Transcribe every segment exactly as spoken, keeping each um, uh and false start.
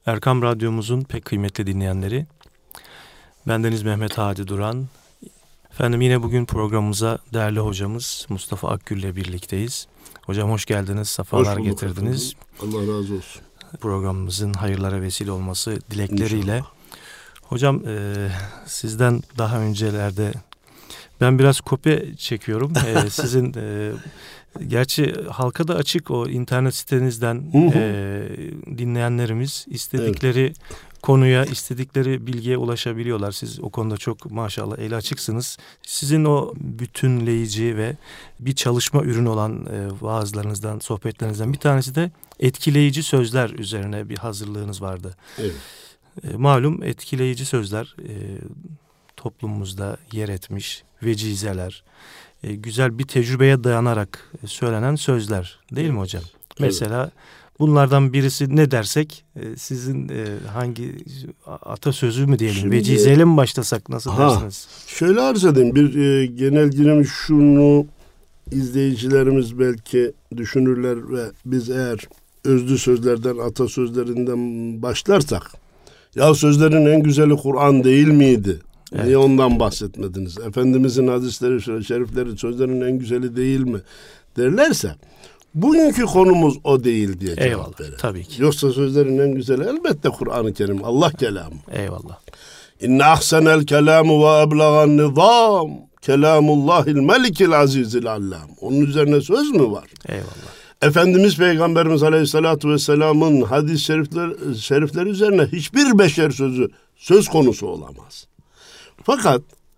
Erkam Radyomuzun pek kıymetli dinleyenleri, bendeniz Mehmet Hadi Duran. Efendim yine bugün programımıza değerli hocamız Mustafa Akgül ile birlikteyiz. Hocam hoş geldiniz, sefalar hoş getirdiniz. Efendim. Allah razı olsun. Programımızın hayırlara vesile olması dilekleriyle. İnşallah. Hocam e, sizden daha öncelerde ben biraz kopya çekiyorum. e, sizin e, gerçi halka da açık o internet sitenizden e, dinleyenlerimiz istedikleri evet. konuya, istedikleri bilgiye ulaşabiliyorlar. Siz o konuda çok maşallah eli açıksınız. Sizin o bütünleyici ve bir çalışma ürünü olan e, vaazlarınızdan, sohbetlerinizden bir tanesi de etkileyici sözler üzerine bir hazırlığınız vardı. Evet. E, malum etkileyici sözler e, toplumumuzda yer etmiş, vecizeler, e, güzel bir tecrübeye dayanarak söylenen sözler değil mi hocam? Evet. Mesela bunlardan birisi ne dersek e, sizin e, hangi atasözü mü diyelim, Şimdi, vecizeyle mi başlasak nasıl ha, dersiniz? Şöyle arz edeyim, bir e, genel girmiş şunu izleyicilerimiz belki düşünürler ve biz eğer özlü sözlerden, atasözlerinden başlarsak, ya sözlerin en güzeli Kur'an değil miydi? Evet. Niye ondan bahsetmediniz? Efendimizin hadisleri, şerifleri sözlerin en güzeli değil mi? Derlerse bugünkü konumuz o değil diye cevap Eyvallah, verir. tabii ki. Yoksa sözlerin en güzeli elbette Kur'an-ı Kerim, Allah kelamı. Eyvallah. İnne ahsenel kelamu ve eblagan nizam kelamullahil melikil azizil allam. Onun üzerine söz mü var? Eyvallah. Efendimiz Peygamberimiz Aleyhisselatü Vesselam'ın hadis-i şerifler, şerifleri üzerine hiçbir beşer sözü söz konusu olamaz. Fakat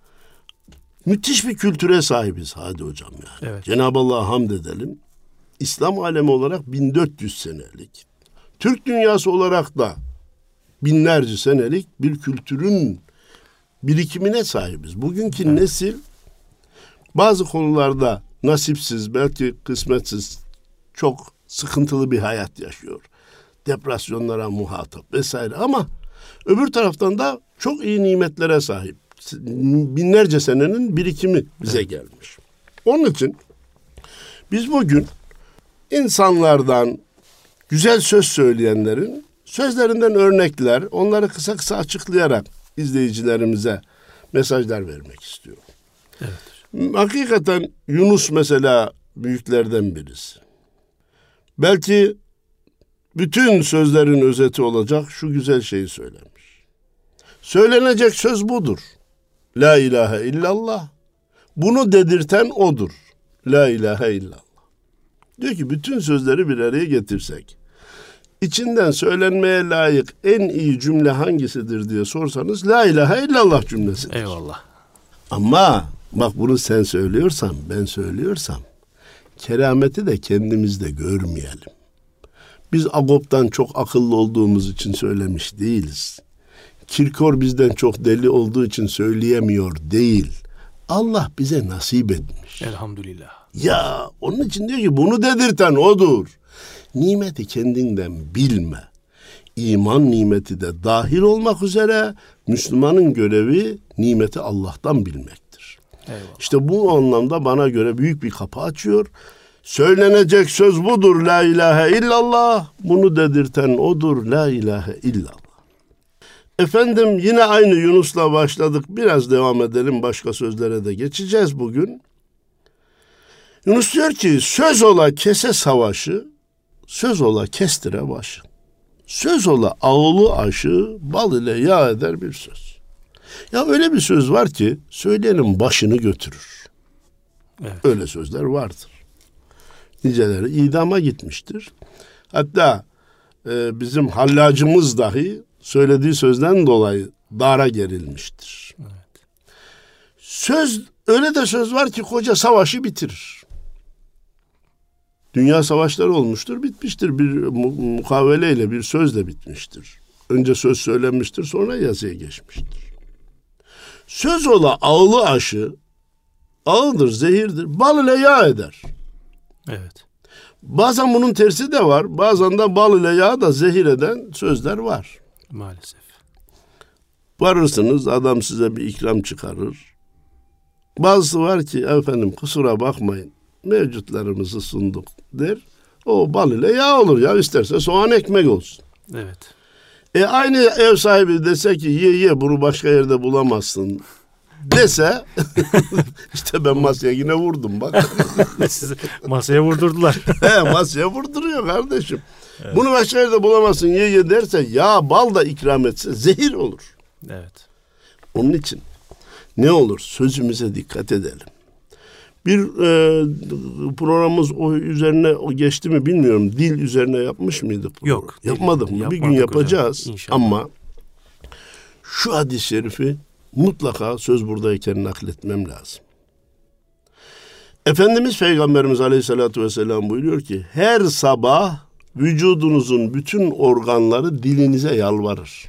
müthiş bir kültüre sahibiz hadi hocam yani. Evet. Cenab-ı Allah'a hamd edelim. İslam alemi olarak bin dört yüz senelik, Türk dünyası olarak da binlerce senelik bir kültürün birikimine sahibiz. Bugünkü evet. nesil bazı konularda nasipsiz, belki kısmetsiz, çok sıkıntılı bir hayat yaşıyor. Depresyonlara muhatap vesaire ama öbür taraftan da çok iyi nimetlere sahip. Binlerce senenin birikimi bize evet. gelmiş. Onun için biz bugün insanlardan güzel söz söyleyenlerin sözlerinden örnekler, onları kısa kısa açıklayarak izleyicilerimize mesajlar vermek istiyorum. Evet. Hakikaten Yunus mesela büyüklerden birisi. Belki bütün sözlerin özeti olacak şu güzel şeyi söylemiş. Söylenecek söz budur. La ilahe illallah. Bunu dedirten odur. La ilahe illallah. Diyor ki bütün sözleri bir araya getirsek, İçinden söylenmeye layık en iyi cümle hangisidir diye sorsanız La ilahe illallah cümlesidir. Eyvallah. Ama bak bunu sen söylüyorsan, ben söylüyorsam kerameti de kendimizde görmeyelim. Biz Agop'tan çok akıllı olduğumuz için söylemiş değiliz. Kirkor bizden çok deli olduğu için söyleyemiyor değil. Allah bize nasip etmiş. Elhamdülillah. Ya onun için diyor ki bunu dedirten odur. Nimeti kendinden bilme. İman nimeti de dahil olmak üzere Müslümanın görevi nimeti Allah'tan bilmektir. Eyvallah. İşte bu anlamda bana göre büyük bir kapı açıyor. Söylenecek söz budur la ilahe illallah. Bunu dedirten odur la ilahe illallah. Efendim yine aynı Yunus'la başladık. Biraz devam edelim. Başka sözlere de geçeceğiz bugün. Yunus diyor ki söz ola kese savaşı, söz ola kestire başı. Söz ola ağlı aşı, bal ile yağ eder bir söz. Ya öyle bir söz var ki söyleyenin başını götürür. Evet. Öyle sözler vardır. Niceleri idama gitmiştir. Hatta e, bizim hallacımız dahi söylediği sözden dolayı dara gerilmiştir. Evet. Söz, öyle de söz var ki koca savaşı bitirir. Dünya savaşları olmuştur, bitmiştir. Bir mukaveleyle, bir sözle bitmiştir. Önce söz söylenmiştir, sonra yazıya geçmiştir. Söz ola ağlı aşı, ağıdır, zehirdir, bal ile yağ eder. Evet. Bazen bunun tersi de var. Bazen de bal ile yağ da zehir eden sözler var. Maalesef. Varırsınız, adam size bir ikram çıkarır. Bazısı var ki efendim kusura bakmayın, mevcutlarımızı sunduk der. O bal ile yağ olur ya, isterse soğan ekmek olsun. Evet. E aynı ev sahibi dese ki ye ye bunu başka yerde bulamazsın dese işte ben masaya yine vurdum bak. Sizi masaya vurdurdular. He, masaya vurduruyor kardeşim. Evet. Bunu başka yerde bulamazsın ye ye derse ya bal da ikram etse zehir olur. Evet. Onun için ne olur sözümüze dikkat edelim. Bir e, programımız o üzerine o geçti mi bilmiyorum. Dil üzerine yapmış mıydık? Yok. Yapmadık mı? Bir gün yapacağız. Ama şu hadis-i şerifi mutlaka söz buradayken nakletmem lazım. Efendimiz Peygamberimiz Aleyhisselatü Vesselam buyuruyor ki her sabah vücudunuzun bütün organları dilinize yalvarır.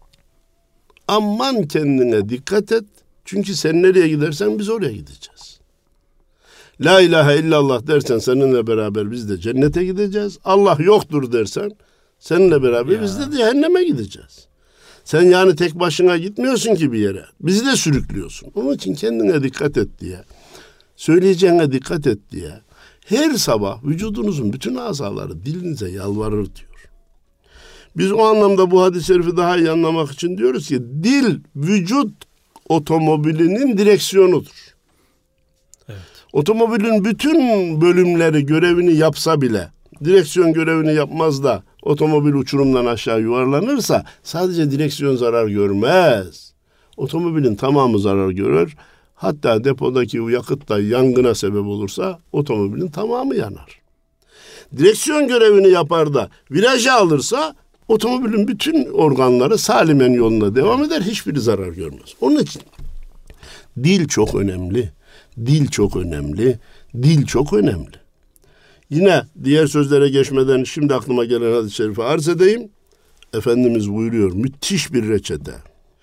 Aman kendine dikkat et. Çünkü sen nereye gidersen biz oraya gideceğiz. La ilahe illallah dersen seninle beraber biz de cennete gideceğiz. Allah yoktur dersen seninle beraber ya. Biz de cehenneme gideceğiz. Sen yani tek başına gitmiyorsun ki bir yere. Bizi de sürüklüyorsun. Onun için kendine dikkat et diye. Söyleyeceğine dikkat et diye. Her sabah vücudunuzun bütün azaları dilinize yalvarır diyor. Biz o anlamda bu hadis-i şerifi daha iyi anlamak için diyoruz ki dil vücut otomobilinin direksiyonudur. Evet. Otomobilin bütün bölümleri görevini yapsa bile direksiyon görevini yapmaz da otomobil uçurumdan aşağı yuvarlanırsa sadece direksiyon zarar görmez. Otomobilin tamamı zarar görür. Hatta depodaki yakıt da yangına sebep olursa otomobilin tamamı yanar. Direksiyon görevini yapar da virajı alırsa otomobilin bütün organları salimen yoluna devam eder. Hiçbiri zarar görmez. Onun için dil çok önemli. Dil çok önemli. Dil çok önemli. Yine diğer sözlere geçmeden şimdi aklıma gelen hadis-i şerifi arz edeyim. Efendimiz buyuruyor müthiş bir reçete.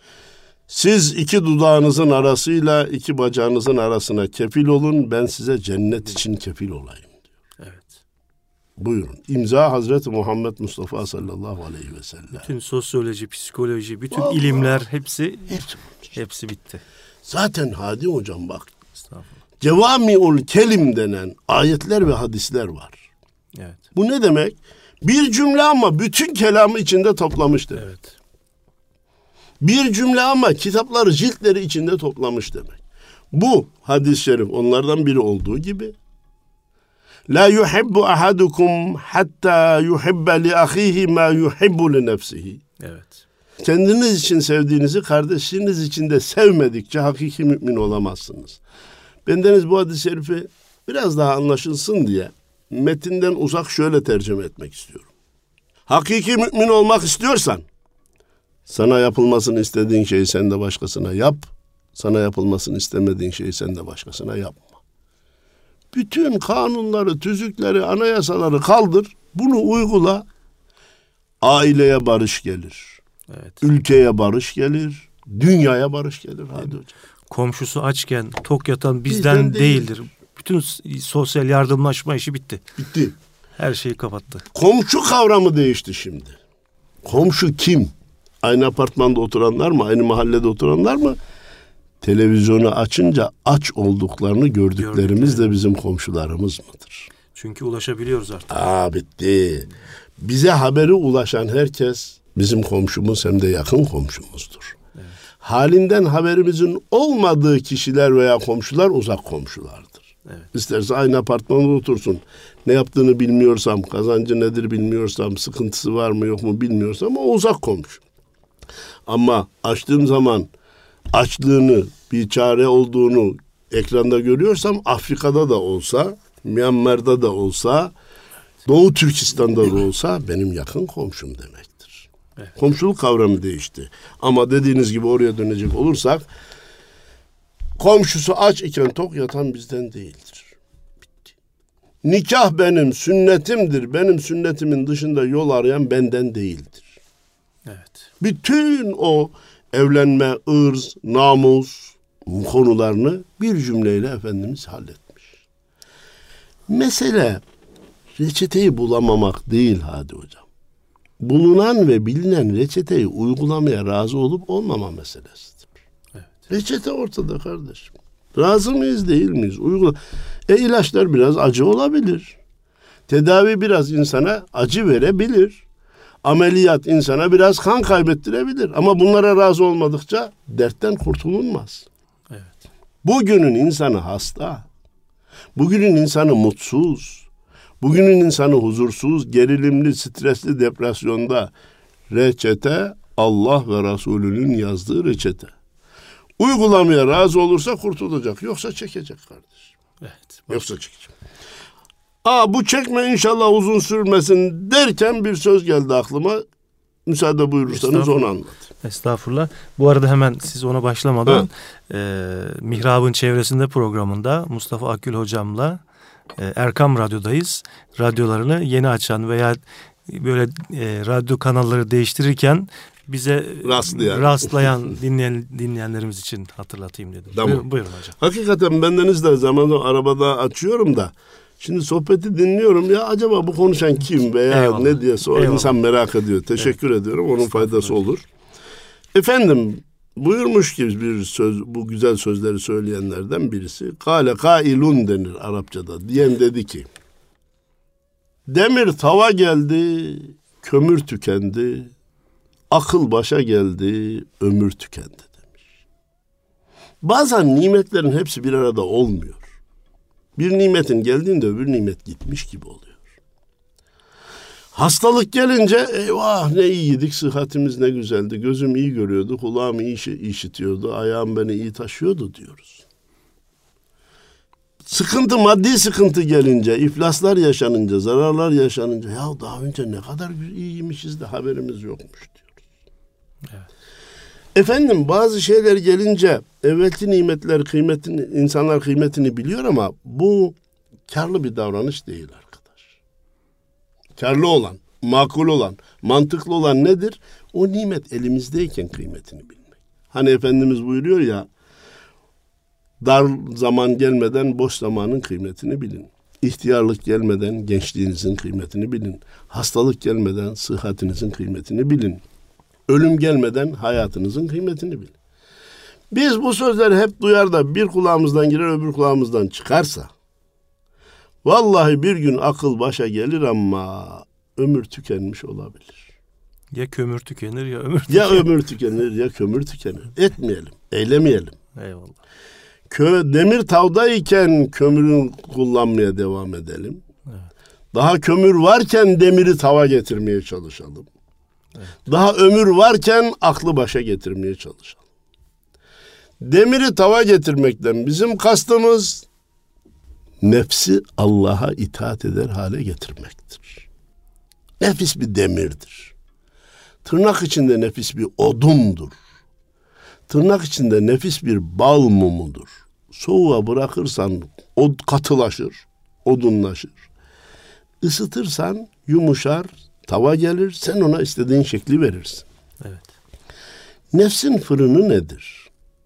Siz iki dudağınızın arasıyla iki bacağınızın arasına kefil olun. Ben size cennet için kefil olayım diyor. Evet. Buyurun. İmza Hazreti Muhammed Mustafa sallallahu aleyhi ve sellem. Bütün sosyoloji, psikoloji, bütün Vallahi, ilimler hepsi hepsi, hepsi bitti. Zaten Hadi hocam bak. Cevami'ul kelim denen ayetler ve hadisler var. Evet. Bu ne demek? Bir cümle ama bütün kelamı içinde toplamış demek. Evet. Bir cümle ama kitapları, ciltleri içinde toplamış demek. Bu hadis-i şerif onlardan biri olduğu gibi La yuhibbu ahadukum hatta yuhibbe li ahihi ma yuhibbu li nefsihi. Evet. Kendiniz için sevdiğinizi kardeşiniz için de sevmedikçe hakiki mümin olamazsınız. Bendeniz bu hadis-i şerifi biraz daha anlaşılsın diye metinden uzak şöyle tercüme etmek istiyorum. Hakiki mümin olmak istiyorsan sana yapılmasını istediğin şeyi sen de başkasına yap. Sana yapılmasını istemediğin şeyi sen de başkasına yapma. Bütün kanunları, tüzükleri, anayasaları kaldır. Bunu uygula. Aileye barış gelir. Evet. Ülkeye barış gelir. Dünyaya barış gelir. Hadi hocam. Komşusu açken tok yatan bizden, bizden değildir. değildir. Bütün sosyal yardımlaşma işi bitti. Bitti. Her şeyi kapattı. Komşu kavramı değişti şimdi. Komşu kim? Aynı apartmanda oturanlar mı? Aynı mahallede oturanlar mı? Televizyonu açınca aç olduklarını gördüklerimiz Gördük, de bizim komşularımız mıdır? Çünkü ulaşabiliyoruz artık. Aa bitti. Bize haberi ulaşan herkes bizim komşumuz hem de yakın komşumuzdur. Evet. Halinden haberimizin olmadığı kişiler veya komşular uzak komşulardır. Evet. İsterse aynı apartmanda otursun. Ne yaptığını bilmiyorsam, kazancı nedir bilmiyorsam, sıkıntısı var mı yok mu bilmiyorsam o uzak komşu. Ama açtığım zaman açlığını, bir çare olduğunu ekranda görüyorsam Afrika'da da olsa, Myanmar'da da olsa, Doğu Türkistan'da da olsa benim yakın komşum demektir. Evet. Komşuluk kavramı değişti. Ama dediğiniz gibi oraya dönecek olursak komşusu aç iken tok yatan bizden değildir. Bitti. Nikah benim sünnetimdir. Benim sünnetimin dışında yol arayan benden değildir. Evet. Bütün o evlenme, ırz, namus konularını bir cümleyle Efendimiz halletmiş. Mesele reçeteyi bulamamak değil Hadi hocam. Bulunan ve bilinen reçeteyi uygulamaya razı olup olmama meselesidir. Evet. Reçete ortada kardeşim. Razı mıyız değil miyiz? Uygula. E ilaçlar biraz acı olabilir. Tedavi biraz insana acı verebilir. Ameliyat insana biraz kan kaybettirebilir. Ama bunlara razı olmadıkça dertten kurtulunmaz. Evet. Bugünün insanı hasta. Bugünün insanı mutsuz. Bugünün insanı huzursuz, gerilimli, stresli, depresyonda. Reçete Allah ve Resulünün yazdığı reçete. Uygulamaya razı olursa kurtulacak. Yoksa çekecek kardeşim. Evet. Yoksa çekecek. Aa bu çekme inşallah uzun sürmesin derken bir söz geldi aklıma. Müsaade buyurursanız onu anlat. Estağfurullah. Bu arada hemen siz ona başlamadan e, Mihrab'ın Çevresinde programında Mustafa Akgül hocamla e, Erkam Radyo'dayız. Radyolarını yeni açan veya böyle e, radyo kanalları değiştirirken bize rastlayan, rastlayan dinleyen, dinleyenlerimiz için hatırlatayım dedim. Tamam. Buyurun, buyurun hocam. Hakikaten bendeniz de zamanla arabada açıyorum da şimdi sohbeti dinliyorum ya acaba bu konuşan kim veya eyvallah, ne diye o insan merak ediyor. Teşekkür evet. ediyorum. Onun faydası olur. Efendim buyurmuş ki bir söz bu güzel sözleri söyleyenlerden birisi. Kale kailun denir Arapçada. Diyen dedi ki demir tava geldi, kömür tükendi, akıl başa geldi, ömür tükendi demiş. Bazen nimetlerin hepsi bir arada olmuyor. Bir nimetin geldiğinde öbür nimet gitmiş gibi oluyor. Hastalık gelince eyvah ne iyiydik, sıhhatimiz ne güzeldi, gözüm iyi görüyordu, kulağım iyi işitiyordu, ayağım beni iyi taşıyordu diyoruz. Sıkıntı, maddi sıkıntı gelince, iflaslar yaşanınca, zararlar yaşanınca ya daha önce ne kadar iyiymişiz de haberimiz yokmuş diyoruz. Evet. Efendim bazı şeyler gelince evvelki nimetler kıymetini, insanlar kıymetini biliyor ama bu karlı bir davranış değil arkadaş. Karlı olan, makul olan, mantıklı olan nedir? O nimet elimizdeyken kıymetini bilmek. Hani Efendimiz buyuruyor ya, dar zaman gelmeden boş zamanın kıymetini bilin. İhtiyarlık gelmeden gençliğinizin kıymetini bilin. Hastalık gelmeden sıhhatinizin kıymetini bilin. Ölüm gelmeden hayatınızın kıymetini bilin. Biz bu sözleri hep duyar da bir kulağımızdan girer öbür kulağımızdan çıkarsa vallahi bir gün akıl başa gelir ama ömür tükenmiş olabilir. Ya kömür tükenir ya ömür tükenir. Ya ömür tükenir ya kömür tükenir. Etmeyelim, eylemeyelim. Eyvallah. Kö, demir tavdayken kömürün kullanmaya devam edelim. Evet. Daha kömür varken demiri tava getirmeye çalışalım. Evet. Daha ömür varken aklı başa getirmeye çalışalım. Demiri tava getirmekten bizim kastımız nefsi Allah'a itaat eder hale getirmektir. Nefis bir demirdir. Tırnak içinde nefis bir odundur. Tırnak içinde nefis bir bal mumudur. Soğuğa bırakırsan o katılaşır, odunlaşır. Isıtırsan yumuşar, tava gelir, sen ona istediğin şekli verirsin. Evet. Nefsin fırını nedir?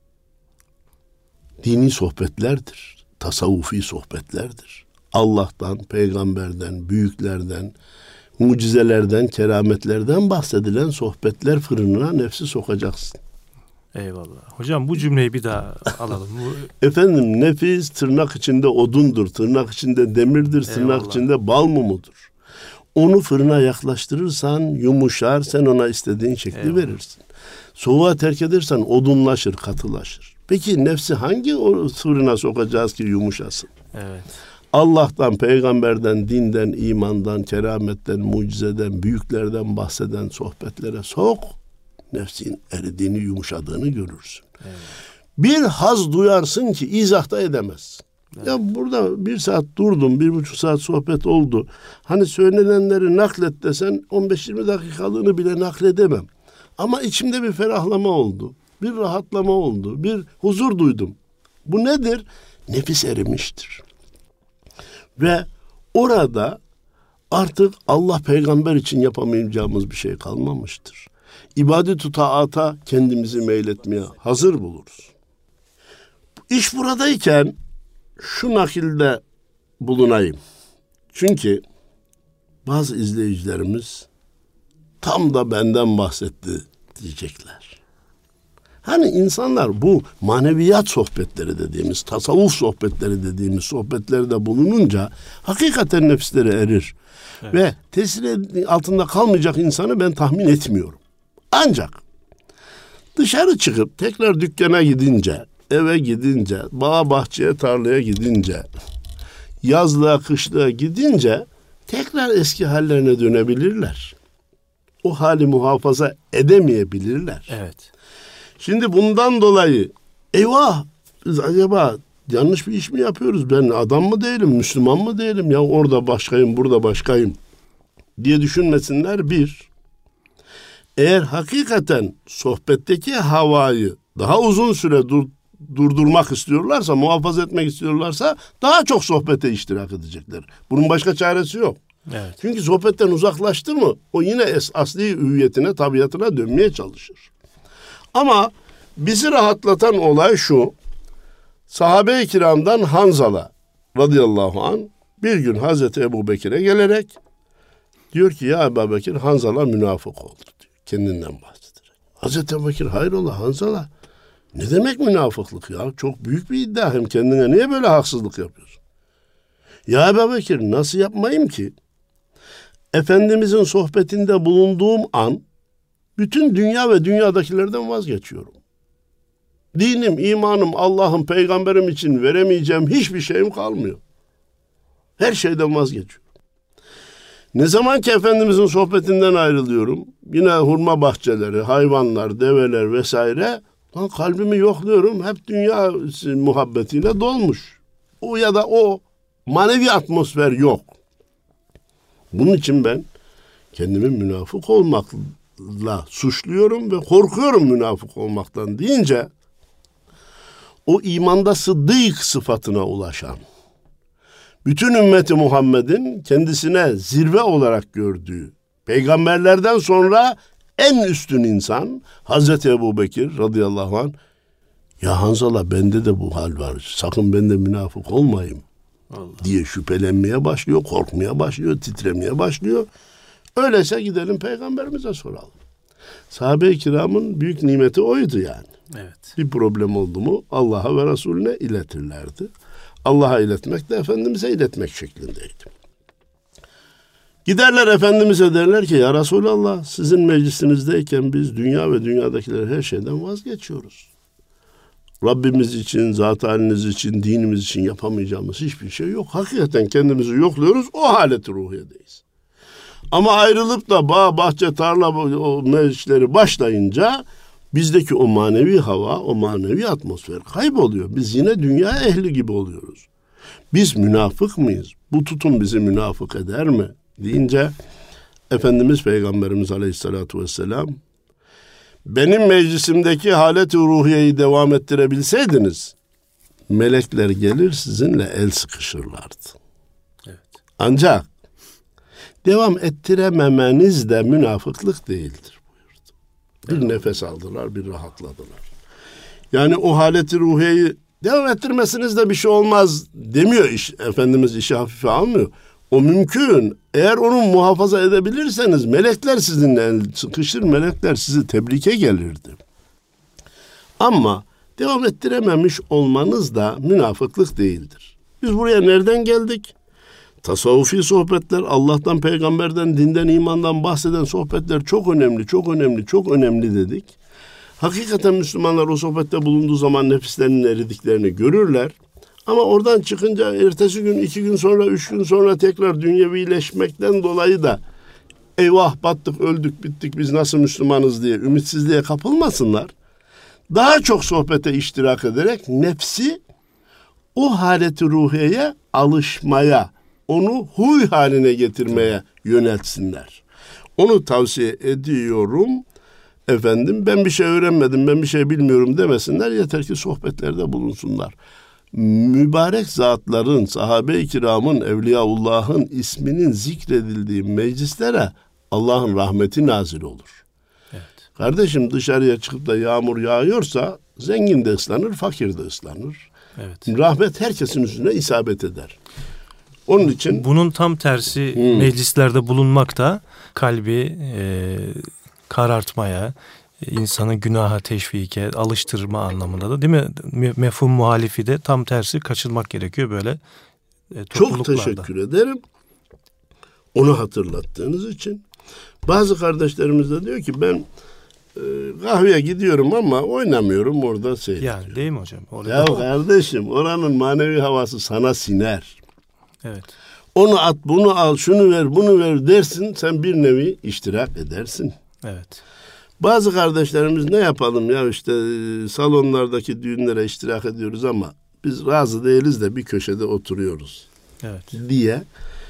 Dini sohbetlerdir, tasavvufi sohbetlerdir. Allah'tan, peygamberden, büyüklerden, mucizelerden, kerametlerden bahsedilen sohbetler fırınına nefsi sokacaksın. Eyvallah. Hocam bu cümleyi bir daha alalım. Bu... Efendim nefis tırnak içinde odundur, tırnak içinde demirdir, tırnak eyvallah. içinde bal mumudur. Onu fırına yaklaştırırsan yumuşar, sen ona istediğin şekli eyvallah. verirsin. Soğuğa terk edersen odunlaşır, katılaşır. Peki nefsi hangi o fırına sokacağız ki yumuşasın? Evet. Allah'tan, peygamberden, dinden, imandan, kerametten, mucizeden, büyüklerden bahseden sohbetlere sok. Nefsin eridiğini, yumuşadığını görürsün. Evet. Bir haz duyarsın ki izah da edemezsin. Evet. Ya burada bir saat durdum, bir buçuk saat sohbet oldu. Hani söylenenleri naklet desen on beş yirmi dakikalığını bile nakledemem. Ama içimde bir ferahlama oldu. Bir rahatlama oldu. Bir huzur duydum. Bu nedir? Nefis erimiştir. Ve orada artık Allah peygamber için yapamayacağımız bir şey kalmamıştır. İbadet-ü taata kendimizi meyletmeye hazır buluruz. İş buradayken şu nakilde bulunayım. Çünkü bazı izleyicilerimiz tam da benden bahsetti diyecekler. Hani insanlar bu maneviyat sohbetleri dediğimiz, tasavvuf sohbetleri dediğimiz sohbetlerde bulununca hakikaten nefisleri erir. Evet. Ve tesir altında kalmayacak insanı ben tahmin etmiyorum. Ancak dışarı çıkıp tekrar dükkana gidince, eve gidince, bağa bahçeye, tarlaya gidince, yazlığa, kışlığa gidince tekrar eski hallerine dönebilirler. O hali muhafaza edemeyebilirler. Evet. Şimdi bundan dolayı eyvah biz acaba yanlış bir iş mi yapıyoruz? Ben adam mı değilim, Müslüman mı değilim? Ya orada başkayım, burada başkayım diye düşünmesinler bir. Eğer hakikaten sohbetteki havayı daha uzun süre dur, durdurmak istiyorlarsa, muhafaza etmek istiyorlarsa daha çok sohbete iştirak edecekler. Bunun başka çaresi yok. Evet. Çünkü sohbetten uzaklaştı mı o yine es, asli hüviyetine, tabiatına dönmeye çalışır. Ama bizi rahatlatan olay şu. Sahabe-i kiramdan Hanzala radıyallahu anh bir gün Hazreti Ebu Bekir'e gelerek diyor ki ya Ebu Bekir, Hanzala münafık oldu diyor. Kendinden bahsederek. Hazreti Ebu Bekir hayrola Hanzala? Ne demek münafıklık ya? Çok büyük bir iddia hem kendine. Niye böyle haksızlık yapıyorsun? Ya Ebu Bekir nasıl yapmayayım ki? Efendimizin sohbetinde bulunduğum an bütün dünya ve dünyadakilerden vazgeçiyorum. Dinim, imanım, Allah'ım, peygamberim için veremeyeceğim hiçbir şeyim kalmıyor. Her şeyden vazgeçiyorum. Ne zaman ki Efendimizin sohbetinden ayrılıyorum, yine hurma bahçeleri, hayvanlar, develer vesaire, lan kalbimi yokluyorum, hep dünya muhabbetiyle dolmuş. O ya da o manevi atmosfer yok. Bunun için ben kendimi münafık olmakla suçluyorum ve korkuyorum münafık olmaktan deyince o imanda sıddık sıfatına ulaşan, bütün ümmeti Muhammed'in kendisine zirve olarak gördüğü, peygamberlerden sonra en üstün insan Hazreti Ebu Bekir radıyallahu anh, ya Hanzala bende de bu hal var, sakın ben de münafık olmayayım Allah. diye şüphelenmeye başlıyor, korkmaya başlıyor, titremeye başlıyor. Öyleyse gidelim peygamberimize soralım. Sahabe-i kiramın büyük nimeti oydu yani. Evet. Bir problem oldu mu Allah'a ve Resulüne iletirlerdi. Allah'a iletmek de Efendimiz'e iletmek şeklindeydi. Giderler Efendimiz'e derler ki ya Resulallah sizin meclisinizdeyken biz dünya ve dünyadakiler her şeyden vazgeçiyoruz. Rabbimiz için, zat haliniz için, dinimiz için yapamayacağımız hiçbir şey yok. Hakikaten kendimizi yokluyoruz, o haleti ruhiyedeyiz. Ama ayrılıp da bağ, bahçe, tarla o meclisleri başlayınca bizdeki o manevi hava, o manevi atmosfer kayboluyor. Biz yine dünya ehli gibi oluyoruz. Biz münafık mıyız? Bu tutum bizi münafık eder mi? Deyince Efendimiz Peygamberimiz Aleyhisselatü Vesselam benim meclisimdeki halet-i ruhiyeyi devam ettirebilseydiniz melekler gelir sizinle el sıkışırlardı. Evet. Ancak devam ettirememeniz de münafıklık değildir buyurdu. Bir evet. nefes aldılar, bir rahatladılar. Yani o halet-i ruhiyeyi devam ettirmesiniz de bir şey olmaz demiyor iş. Efendimiz işi hafife almıyor. O mümkün. Eğer onu muhafaza edebilirseniz melekler sizinle el sıkışır, melekler sizi tebrike gelirdi. Ama devam ettirememiş olmanız da münafıklık değildir. Biz buraya nereden geldik? Tasavvufi sohbetler, Allah'tan, peygamberden, dinden, imandan bahseden sohbetler çok önemli, çok önemli, çok önemli dedik. Hakikaten Müslümanlar o sohbette bulunduğu zaman nefislerinin eridiklerini görürler. Ama oradan çıkınca ertesi gün, iki gün sonra, üç gün sonra tekrar dünyevileşmekten dolayı da eyvah battık, öldük, bittik, biz nasıl Müslümanız diye ümitsizliğe kapılmasınlar. Daha çok sohbete iştirak ederek nefsi o haleti ruhiyeye alışmaya, onu huy haline getirmeye yöneltsinler. Onu tavsiye ediyorum. Efendim ben bir şey öğrenmedim, ben bir şey bilmiyorum demesinler. Yeter ki sohbetlerde bulunsunlar. Mübarek zatların, sahabe-i kiramın, evliyaullah'ın isminin zikredildiği meclislere Allah'ın rahmeti nazil olur. Evet. Kardeşim dışarıya çıkıp da yağmur yağıyorsa zengin de ıslanır, fakir de ıslanır. Evet. Rahmet herkesin üstüne isabet eder. Onun için bunun tam tersi hmm. meclislerde bulunmak da kalbi e, karartmaya, insanı günaha teşvike, alıştırma anlamında da değil mi? Mefhum muhalifi de tam tersi kaçınmak gerekiyor böyle e, topluluklarda. Çok teşekkür ederim. Onu hatırlattığınız için. Bazı kardeşlerimiz de diyor ki ben e, kahveye gidiyorum ama oynamıyorum, orada seyrediyorum. Yani değil mi hocam? Orada Ya kardeşim, oranın manevi havası sana siner. Evet. Onu at, bunu al, şunu ver, bunu ver dersin, sen bir nevi iştirak edersin. Evet. Bazı kardeşlerimiz ne yapalım ya işte salonlardaki düğünlere iştirak ediyoruz ama biz razı değiliz de bir köşede oturuyoruz. Evet. Diye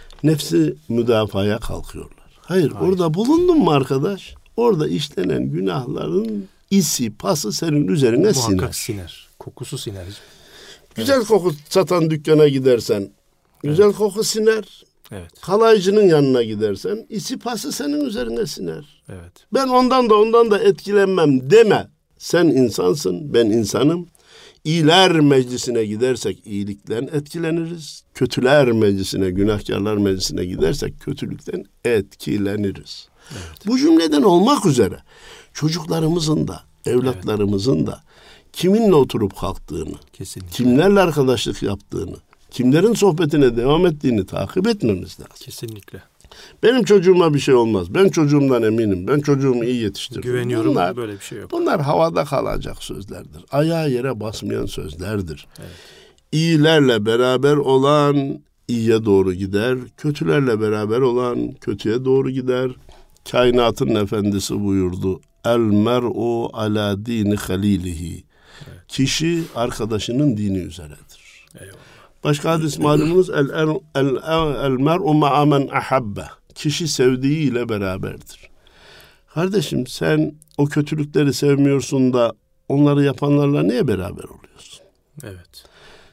nefsi müdafaya kalkıyorlar. Hayır, Hayır. orada bulundun mu arkadaş? Orada işlenen günahların isi, pası senin üzerine Muhakkak siner. siner. Kokusu siner. Güzel Evet. koku satan dükkana gidersen, güzel evet. koku siner. Evet. Kalaycının yanına gidersen, isi pası senin üzerine siner. Evet. Ben ondan da ondan da etkilenmem deme. Sen insansın, ben insanım. İyiler meclisine gidersek iyilikten etkileniriz. Kötüler meclisine, günahkarlar meclisine gidersek kötülükten etkileniriz. Evet. Bu cümleden olmak üzere çocuklarımızın da, evlatlarımızın evet. da kiminle oturup kalktığını, kesinlikle. Kimlerle arkadaşlık yaptığını, kimlerin sohbetine devam ettiğini takip etmemiz lazım. Kesinlikle. Benim çocuğuma bir şey olmaz. Ben çocuğumdan eminim. Ben çocuğumu iyi yetiştiririm. Güveniyorum. Bunlar, böyle bir şey yok. Bunlar havada kalacak sözlerdir. Ayağa yere basmayan sözlerdir. Evet. İyilerle beraber olan iyiye doğru gider. Kötülerle beraber olan kötüye doğru gider. Kainatın efendisi buyurdu. El mer'u ala dini halilihi. Evet. Kişi arkadaşının dini üzeredir. Eyvallah. Başka hadis malumunuz el, el, el, el mer'u ma'a men ahabbe. Kişi sevdiğiyle beraberdir. Kardeşim sen o kötülükleri sevmiyorsun da onları yapanlarla niye beraber oluyorsun? Evet.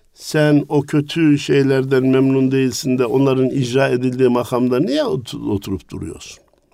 Sen o kötü şeylerden memnun değilsin de onların icra edildiği makamda niye oturup duruyorsun?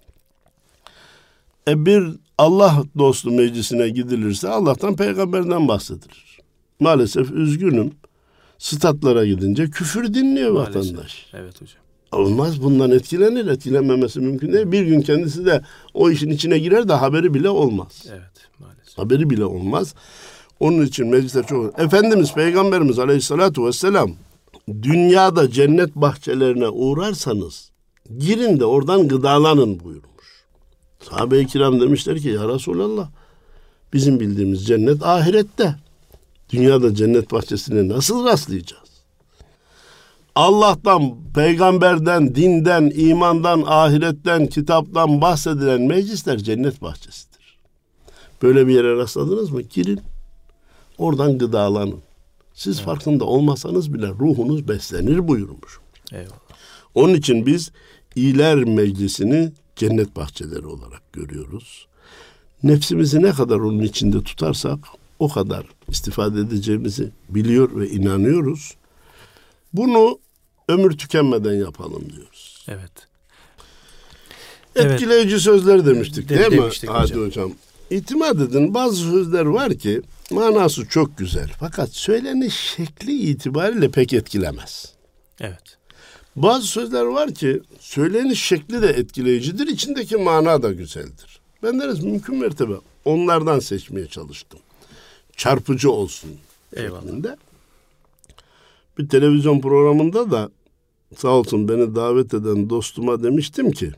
E bir Allah dostu meclisine gidilirse Allah'tan, peygamberden bahsedilir. Maalesef üzgünüm. Statlara gidince küfür dinliyor maalesef. Vatandaş. Evet hocam. Olmaz, bundan etkilenir. Etkilenmemesi mümkün değil. Bir gün kendisi de o işin içine girer de haberi bile olmaz. Evet maalesef. Haberi bile olmaz. Onun için meclisler çok... Efendimiz Peygamberimiz Aleyhisselatü Vesselam dünyada cennet bahçelerine uğrarsanız girin de oradan gıdalanın buyurmuş. Sahabe-i kiram demişler ki ya Resulallah bizim bildiğimiz cennet ahirette. Dünyada cennet bahçesine nasıl rastlayacağız? Allah'tan, peygamberden, dinden, imandan, ahiretten, kitaptan bahsedilen meclisler cennet bahçesidir. Böyle bir yere rastladınız mı? Girin. Oradan gıdalanın. Siz evet. farkında olmasanız bile ruhunuz beslenir buyurmuş. Eyvallah. Onun için biz iyiler meclisini cennet bahçeleri olarak görüyoruz. Nefsimizi ne kadar onun içinde tutarsak o kadar istifade edeceğimizi biliyor ve inanıyoruz. Bunu ömür tükenmeden yapalım diyoruz. Evet. Etkileyici evet. sözler demiştik De, değil demiştik mi Hadi hocam? hocam? İtimat edin, bazı sözler var ki manası çok güzel fakat söyleniş şekli itibariyle pek etkilemez. Evet. Bazı sözler var ki söyleniş şekli de etkileyicidir, içindeki mana da güzeldir. Ben deriz mümkün mertebe onlardan seçmeye çalıştım. Çarpıcı olsun. Eyvallah. Şeklinde. Bir televizyon programında da sağ olsun beni davet eden dostuma demiştim ki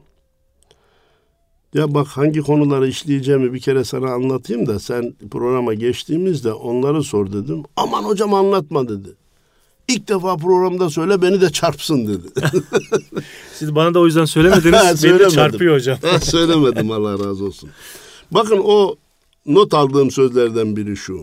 ya bak hangi konuları işleyeceğimi bir kere sana anlatayım da sen programa geçtiğimizde onları sor dedim. Aman hocam anlatma dedi. İlk defa programda söyle beni de çarpsın dedi. Siz bana da o yüzden söylemediniz. Beni de çarpıyor hocam. Söylemedim, Allah razı olsun. Bakın o not aldığım sözlerden biri şu.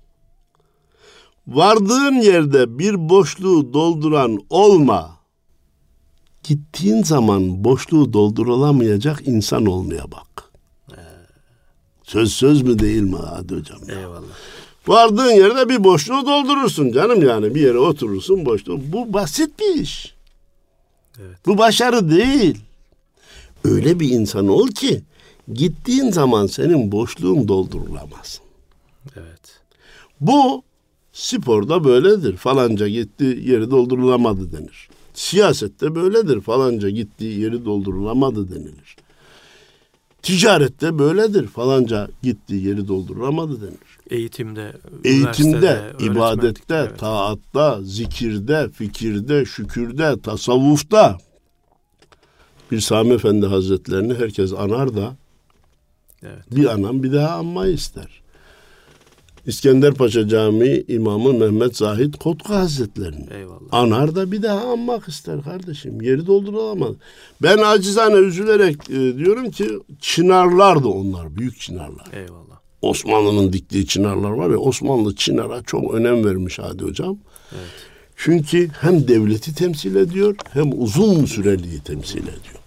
Vardığın yerde bir boşluğu dolduran olma. Gittiğin zaman boşluğu doldurulamayacak insan olmaya bak. Ee. Söz söz mü değil mi hadi hocam? Ya? Eyvallah. Vardığın yerde bir boşluğu doldurursun canım, yani bir yere oturursun boşluğu. Bu basit bir iş. Evet. Bu başarı değil. Öyle bir insan ol ki gittiğin zaman senin boşluğun doldurulamaz. Evet. Bu sporda böyledir. Falanca gitti yeri doldurulamadı denir. Siyasette böyledir. Falanca gittiği yeri doldurulamadı denilir. Ticarette böyledir. Falanca gittiği yeri doldurulamadı denir. Eğitimde, Eğitimde, ibadette, evet. taatta, zikirde, fikirde, şükürde, tasavvufta Bir Sami Efendi Hazretlerini herkes anar da evet. bir anan bir daha anmayı ister. İskenderpaşa Camii İmamı Mehmet Zahid Kotka Hazretlerini Eyvallah. anar da bir daha anmak ister kardeşim. Yeri doldurulamaz. Ben acizane üzülerek e, diyorum ki çınarlardı onlar. Büyük çınarlar. Eyvallah. Osmanlı'nın diktiği çınarlar var ya, Osmanlı çınara çok önem vermiş Hadi Hocam. Evet. Çünkü hem devleti temsil ediyor hem uzun süreliği temsil ediyor.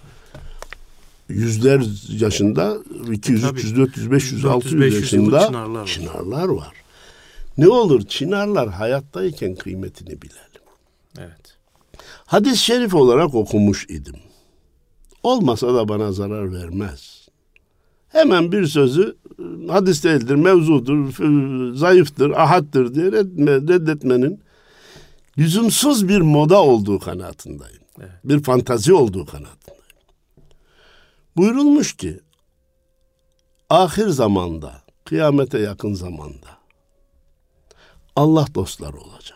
Yüzler yaşında iki yüz, üç yüz, dört yüz, beş yüz, altı yüz yaşında çınarlar, çınarlar var. Ne olur çınarlar hayattayken kıymetini bilelim. Evet. Hadis-i şerif olarak okumuş idim. Olmasa da bana zarar vermez. Hemen bir sözü hadis değildir, mevzudur, zayıftır, ahattır diye reddetmenin lüzumsuz bir moda olduğu kanaatindeyim. Evet. Bir fantazi olduğu kanaatindeyim. Buyurulmuş ki ahir zamanda, kıyamete yakın zamanda Allah dostları olacak.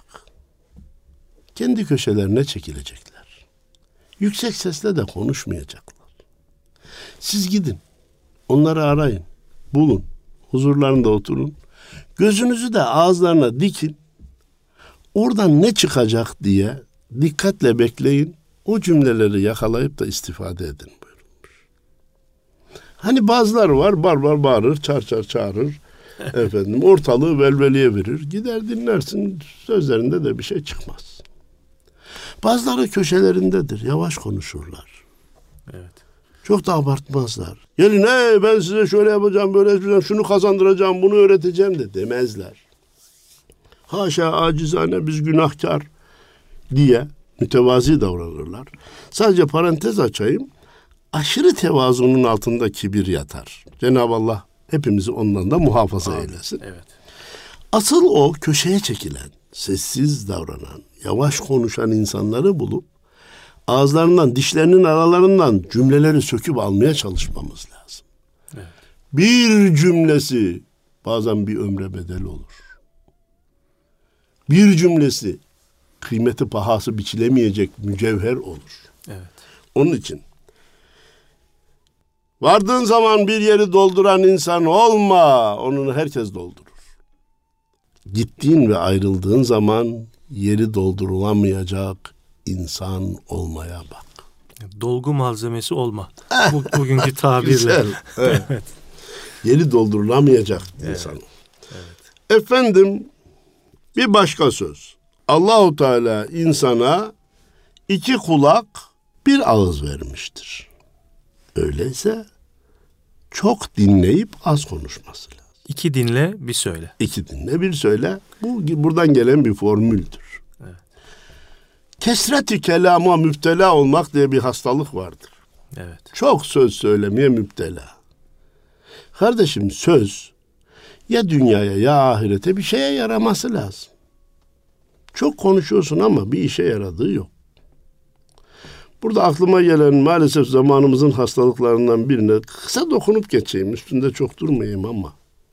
Kendi köşelerine çekilecekler. Yüksek sesle de konuşmayacaklar. Siz gidin, onları arayın, bulun, huzurlarında oturun. Gözünüzü de ağızlarına dikin. Oradan ne çıkacak diye dikkatle bekleyin. O cümleleri yakalayıp da istifade edin buyurulmuş. Hani bazıları var, barbar bağırır, çar çar çağırır. Efendim ortalığı velveliye verir. Gider dinlersin, sözlerinde de bir şey çıkmaz. Bazıları köşelerindedir, yavaş konuşurlar. Evet. Çok da abartmazlar. Gelin hey ben size şöyle yapacağım, böyle yapacağım, şunu kazandıracağım, bunu öğreteceğim de demezler. Haşa acizane biz günahkar diye mütevazi davranırlar. Sadece parantez açayım. Aşırı tevazunun altında kibir yatar. Cenab-ı Allah hepimizi ondan da muhafaza Amin. eylesin. Evet. Asıl o köşeye çekilen, sessiz davranan, yavaş konuşan insanları bulup ağızlarından, dişlerinin aralarından cümleleri söküp almaya çalışmamız lazım. Evet. Bir cümlesi bazen bir ömre bedel olur. Bir cümlesi kıymeti pahası biçilemeyecek mücevher olur. Evet. Onun için vardığın zaman bir yeri dolduran insan olma. Onu herkes doldurur. Gittiğin ve ayrıldığın zaman yeri doldurulamayacak insan olmaya bak. Dolgu malzemesi olma. Bu, bugünkü tabirle. Güzel. Evet. Evet. Yeri doldurulamayacak evet. insan. Evet. Efendim bir başka söz. Allahu Teala insana iki kulak, bir ağız vermiştir. Öyleyse çok dinleyip az konuşması lazım. İki dinle, bir söyle. İki dinle, bir söyle. Bu buradan gelen bir formüldür. Evet. Kesret-i kelama müptela olmak diye bir hastalık vardır. Evet. Çok söz söylemeye müptela. Kardeşim söz ya dünyaya ya ahirete bir şeye yaraması lazım. Çok konuşuyorsun ama bir işe yaradığı yok. Burada aklıma gelen maalesef zamanımızın hastalıklarından birine kısa dokunup geçeyim. Üstünde çok durmayayım ama.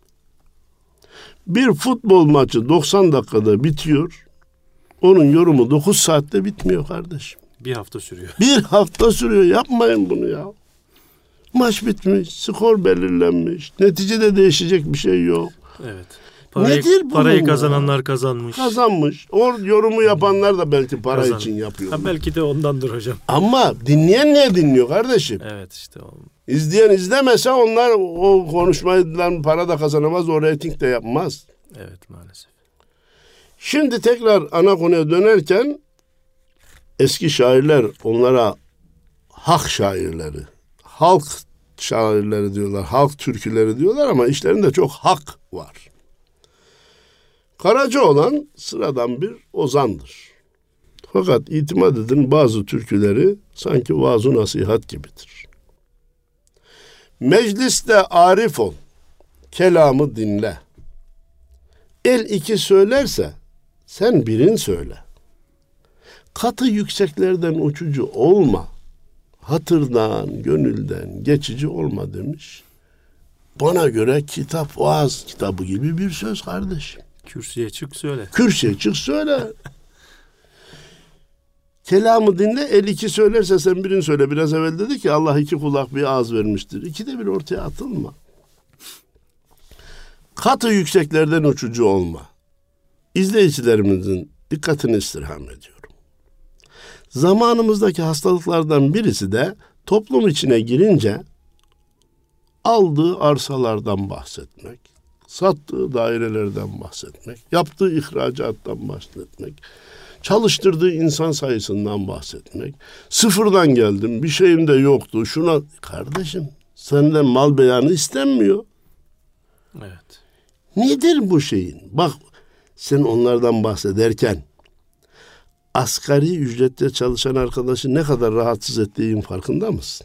Bir futbol maçı doksan dakikada bitiyor. Onun yorumu dokuz saatte bitmiyor kardeşim. Bir hafta sürüyor. Bir hafta sürüyor. Yapmayın bunu ya. Maç bitmiş, skor belirlenmiş. Neticede değişecek bir şey yok. Evet. Parayı, Nedir parayı kazananlar ya? kazanmış. Kazanmış. O yorumu yapanlar da belki para Kazan. için yapıyor. Ha, belki de ondandır hocam. Ama dinleyen niye dinliyor kardeşim? Evet işte o. İzleyen izlemese onlar o konuşmadan para da kazanamaz, o reyting de yapmaz. Evet maalesef. Şimdi tekrar ana konuya dönerken eski şairler onlara halk şairleri, halk şairleri diyorlar, halk türküleri diyorlar ama işlerinde çok hak var. Karacaoğlan sıradan bir ozandır. Fakat itimat edin bazı türküleri sanki vaaz-ı nasihat gibidir. Mecliste arif ol, kelamı dinle. El iki söylerse sen birin söyle. Katı yükseklerden uçucu olma, hatırdan, gönülden geçici olma demiş. Bana göre kitap vaaz kitabı gibi bir söz kardeşim. Kürsüye çık söyle. Kürsüye çık söyle. Kelamı dinle, el iki söylerse sen birini söyle. Biraz evvel dedi ki Allah iki kulak bir ağız vermiştir. İkide bir ortaya atılma. Katı yükseklerden uçucu olma. İzleyicilerimizin dikkatini istirham ediyorum. Zamanımızdaki hastalıklardan birisi de toplum içine girince aldığı arsalardan bahsetmek, sattığı dairelerden bahsetmek, yaptığı ihracattan bahsetmek, çalıştırdığı insan sayısından bahsetmek. Sıfırdan geldim, bir şeyim de yoktu. Şuna, kardeşim senden mal beyanı istenmiyor. Evet. Nedir bu şeyin? Bak sen onlardan bahsederken asgari ücretle çalışan arkadaşı ne kadar rahatsız ettiğin farkında mısın?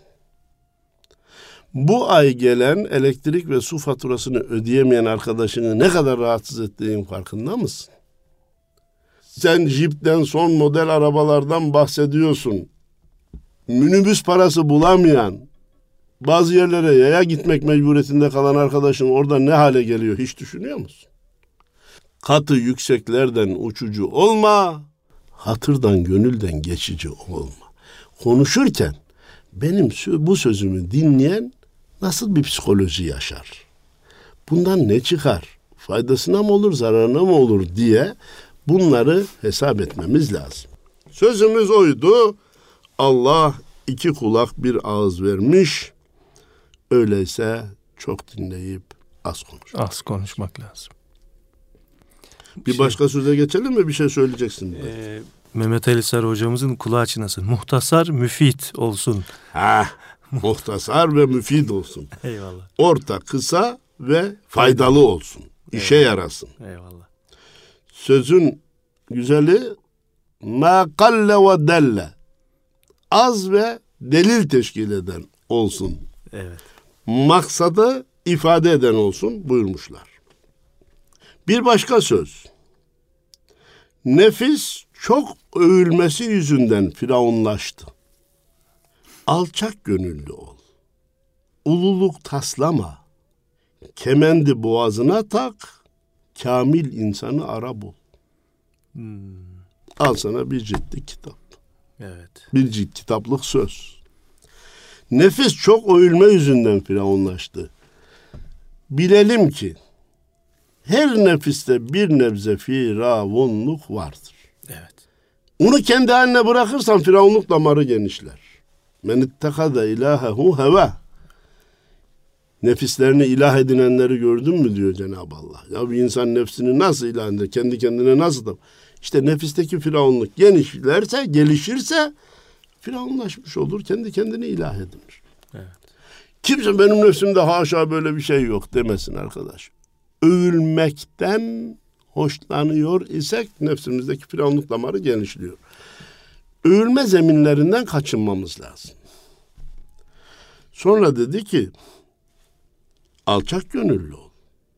Bu ay gelen elektrik ve su faturasını ödeyemeyen arkadaşını ne kadar rahatsız ettiğin farkında mısın? Sen Jeep'ten, son model arabalardan bahsediyorsun. Minibüs parası bulamayan, bazı yerlere yaya gitmek mecburiyetinde kalan arkadaşın orada ne hale geliyor hiç düşünüyor musun? Katı yükseklerden uçucu olma, hatırdan gönülden geçici olma. Konuşurken benim bu sözümü dinleyen nasıl bir psikoloji yaşar? Bundan ne çıkar? Faydasına mı olur, zararına mı olur diye bunları hesap etmemiz lazım. Sözümüz oydu. Allah iki kulak bir ağız vermiş. Öyleyse çok dinleyip az konuş. Az konuşmak lazım. Bir, bir başka şey, söze geçelim mi? Bir şey söyleyeceksin. E, Mehmet Ali Sarı hocamızın kulağı çınlasın. Muhtasar, müfid olsun. Ha, muhtasar ve müfid olsun. Eyvallah. Orta, kısa ve faydalı olsun. İşe Eyvallah. yarasın. Eyvallah. Sözün güzeli ma kalle ve delle. Az ve delil teşkil eden olsun. Evet. Maksadı ifade eden olsun buyurmuşlar. Bir başka söz. Nefis çok övülmesi yüzünden firavunlaştı. Alçak gönüllü ol. Ululuk taslama. Kemendi boğazına tak. Kamil insanı ara bul. Hmm. Al sana bir ciltlik kitap. Evet. Bir cilt kitaplık söz. Nefis çok övülme yüzünden firavunlaştı. Bilelim ki her nefiste bir nebze firavunluk vardır. Evet. Onu kendi haline bırakırsan firavunluk damarı genişler. Men ittekade ilahehu heva. Nefislerini ilah edinenleri gördün mü diyor Cenab-ı Allah. Ya bir insan nefsini nasıl ilah eder? Kendi kendine nasıl da? İşte nefisteki firavunluk genişlerse, gelişirse firavunlaşmış olur. Kendi kendine ilah edinir. Evet. Kimse benim nefsimde haşa böyle bir şey yok demesin arkadaş. Övülmekten hoşlanıyor isek nefsimizdeki firavunluk damarı genişliyor. Övülme zeminlerinden kaçınmamız lazım. Sonra dedi ki alçak gönüllü ol.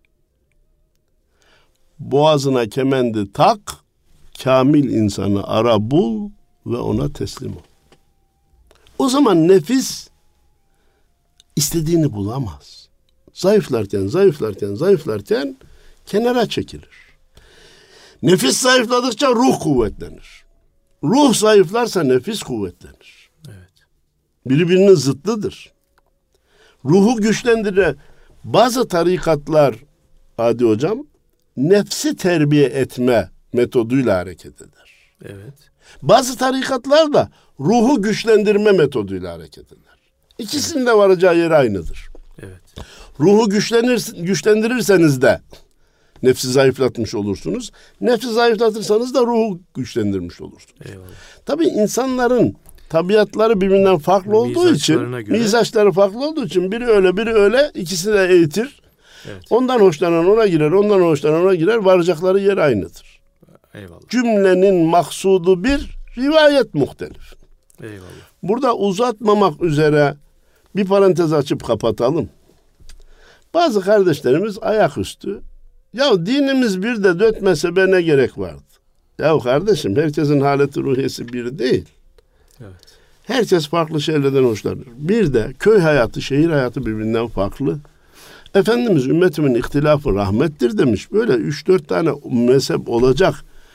Boğazına kemendi tak, kamil insanı ara bul ve ona teslim ol. O zaman nefis istediğini bulamaz. Zayıflarken, zayıflarken, zayıflarken kenara çekilir. Nefis zayıfladıkça ruh kuvvetlenir. Ruh zayıflarsa nefis kuvvetlenir. Evet. Birbirinin zıttıdır. Ruhu güçlendiren bazı tarikatlar, Hadi Hocam, nefsi terbiye etme metoduyla hareket eder. Evet. Bazı tarikatlar da ruhu güçlendirme metoduyla hareket eder. İkisinin de varacağı yer aynıdır. Evet. Ruhu güçlenir, güçlendirirseniz de nefsi zayıflatmış olursunuz. Nefsi zayıflatırsanız da ruhu güçlendirmiş olursunuz. Eyvallah. Tabii insanların tabiatları birbirinden farklı olduğu için, göre... mizaçları farklı olduğu için biri öyle biri öyle, ikisi de eğitir. Evet. Ondan hoşlanan ona girer, ondan hoşlanan ona girer, varacakları yer aynıdır. Eyvallah. Cümlenin maksudu bir, rivayet muhtelif. Eyvallah. Burada uzatmamak üzere bir parantez açıp kapatalım. Bazı kardeşlerimiz ayaküstü, ya dinimiz bir de dört mezhebe ne gerek vardı? Ya kardeşim, herkesin haleti ruhiyesi bir değil. Evet. Herkes farklı şeylerden hoşlanır. Bir de köy hayatı, şehir hayatı birbirinden farklı. Efendimiz ümmetimin ihtilafı rahmettir demiş. Böyle üç dört tane mezhep olacak.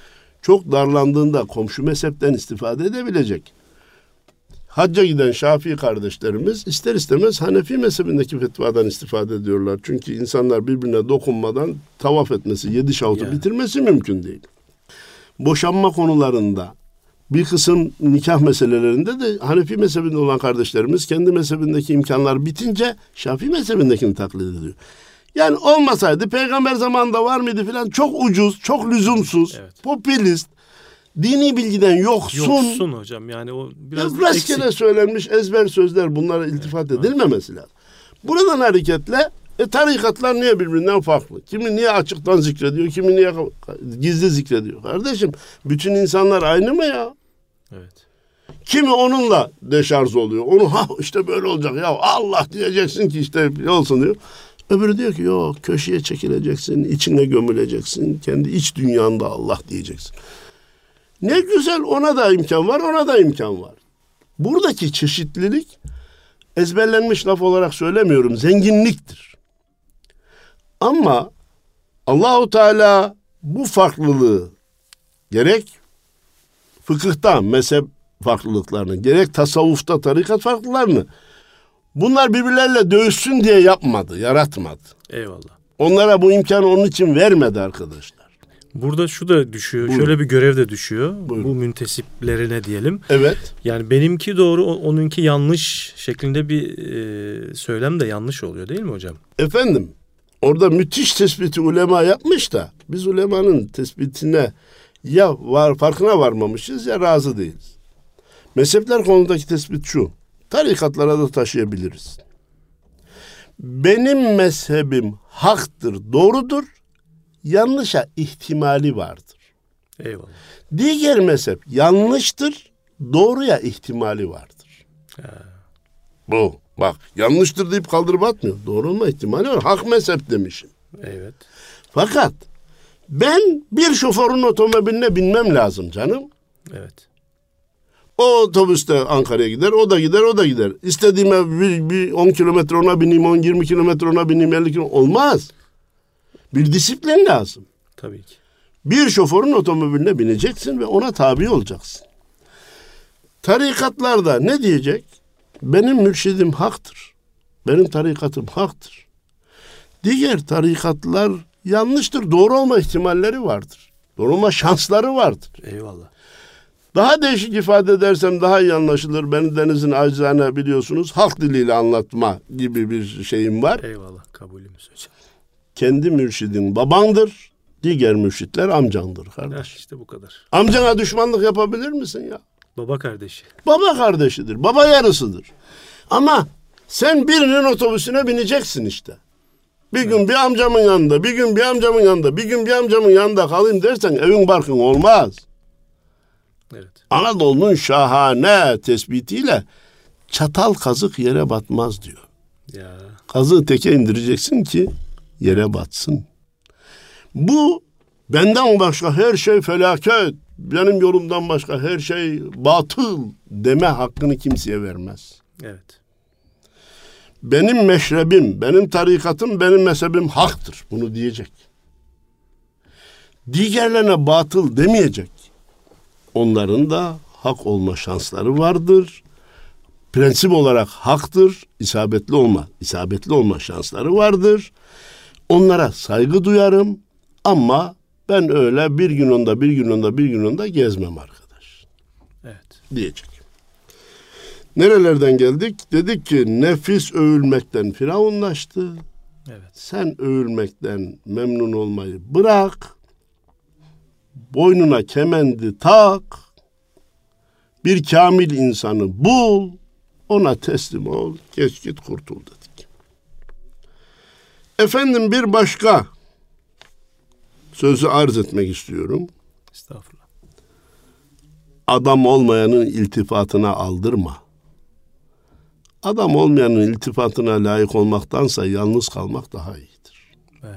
çok darlandığında komşu mezhepten istifade edebilecek. Hacca giden Şafii kardeşlerimiz ister istemez Hanefi mezhebindeki fetvadan istifade ediyorlar. Çünkü insanlar birbirine dokunmadan tavaf etmesi, yedi şavtı yani. bitirmesi mümkün değil. Boşanma konularında, bir kısım nikah meselelerinde de Hanefi mezhebinde olan kardeşlerimiz kendi mezhebindeki imkanlar bitince Şafii mezhebindekini taklit ediyor. Yani olmasaydı peygamber zamanında var mıydı filan, çok ucuz, çok lüzumsuz, evet. popülist, dini bilgiden yoksun. Yoksun hocam, yani o biraz rastgele söylenmiş ezber sözler, bunlara iltifat evet, edilmemesi lazım. Buradan hareketle e, tarikatlar niye birbirinden farklı? Kimi niye açıktan zikrediyor, kimi niye gizli zikrediyor? Kardeşim, bütün insanlar aynı mı ya? Evet. Kimi onunla deşarj oluyor. Onu ha işte böyle olacak ya Allah diyeceksin ki işte olsun diyor. Öbürü diyor ki yok, köşeye çekileceksin, içine gömüleceksin, kendi iç dünyanda Allah diyeceksin. Ne güzel, ona da imkan var, ona da imkan var. Buradaki çeşitlilik ezberlenmiş laf olarak söylemiyorum, zenginliktir. Ama Allahu Teala bu farklılığı gerek fıkıhta mezhep farklılıklarını, gerek tasavvufta tarikat farklılıklarını bunlar birbirleriyle dövüşsün diye yapmadı, yaratmadı. Eyvallah. Onlara bu imkanı onun için vermedi arkadaşlar. Burada şu da düşüyor, Buyurun. şöyle bir görev de düşüyor. Buyurun. Bu müntesiplerine diyelim. Evet. Yani benimki doğru, onunki yanlış şeklinde bir e, söylem de yanlış oluyor değil mi hocam? Efendim, orada müthiş tespiti ulema yapmış da biz ulemanın tespitine ya var farkına varmamışız ya razı değiliz. Mezhepler konudaki tespit şu: tarikatlara da taşıyabiliriz. Benim mezhebim haktır, doğrudur. Yanlışa ihtimali vardır. Eyvallah. Diğer mezhep yanlıştır, doğruya ihtimali vardır. He. Bu bak, yanlıştır deyip kaldırıp atmıyor. Doğru olma ihtimali var. Hak mezhep demişim. Evet. Fakat ben bir şoförün otomobiline binmem lazım canım. Evet. O otobüste Ankara'ya gider, o da gider, o da gider. İstediğime bir, bir on kilometre ona bineyim, on yirmi kilometre ona bineyim, elli kilometre. Olmaz. Bir disiplin lazım. Tabii ki. Bir şoförün otomobiline bineceksin ve ona tabi olacaksın. Tarikatlarda ne diyecek? Benim mürşidim haktır. Benim tarikatım haktır. Diğer tarikatlar yanlıştır. Doğru olma ihtimalleri vardır. Doğru olma şansları vardır. Eyvallah. Daha değişik ifade edersem daha iyi anlaşılır. Benim Deniz'in acizane biliyorsunuz halk diliyle anlatma gibi bir şeyim var. Eyvallah, kabulümüz hocam. Kendi mürşidin babandır, diğer mürşitler amcandır kardeş. Ya işte bu kadar. Amcana düşmanlık yapabilir misin ya? Baba kardeşi. Baba kardeşidir, baba yarısıdır. Ama sen birinin otobüsüne bineceksin işte. Bir evet. gün bir amcamın yanında, bir gün bir amcamın yanında, bir gün bir amcamın yanında kalayım dersen evin barkın olmaz. Evet. Anadolu'nun şahane tespitiyle çatal kazık yere batmaz diyor. Ya. Kazığı teke indireceksin ki yere batsın. Bu benden başka her şey felaket, benim yolumdan başka her şey batıl deme hakkını kimseye vermez. Evet. Benim meşrebim, benim tarikatım, benim mezhebim haktır. Bunu diyecek. Diğerlerine batıl demeyecek. Onların da hak olma şansları vardır. Prensip olarak haktır, isabetli olma, isabetli olma şansları vardır. Onlara saygı duyarım ama ben öyle bir gün onda, bir gün onda, bir gün onda gezmem arkadaş. Evet. Diyecek. Nerelerden geldik? Dedik ki nefis övülmekten firavunlaştı. Evet. Sen övülmekten memnun olmayı bırak. Boynuna kemendi tak. Bir kamil insanı bul. Ona teslim ol. Geç git kurtul dedik. Efendim bir başka sözü arz etmek istiyorum. Estağfurullah. Adam olmayanın iltifatına aldırma. Adam olmayanın iltifatına layık olmaktansa yalnız kalmak daha iyidir. Evet.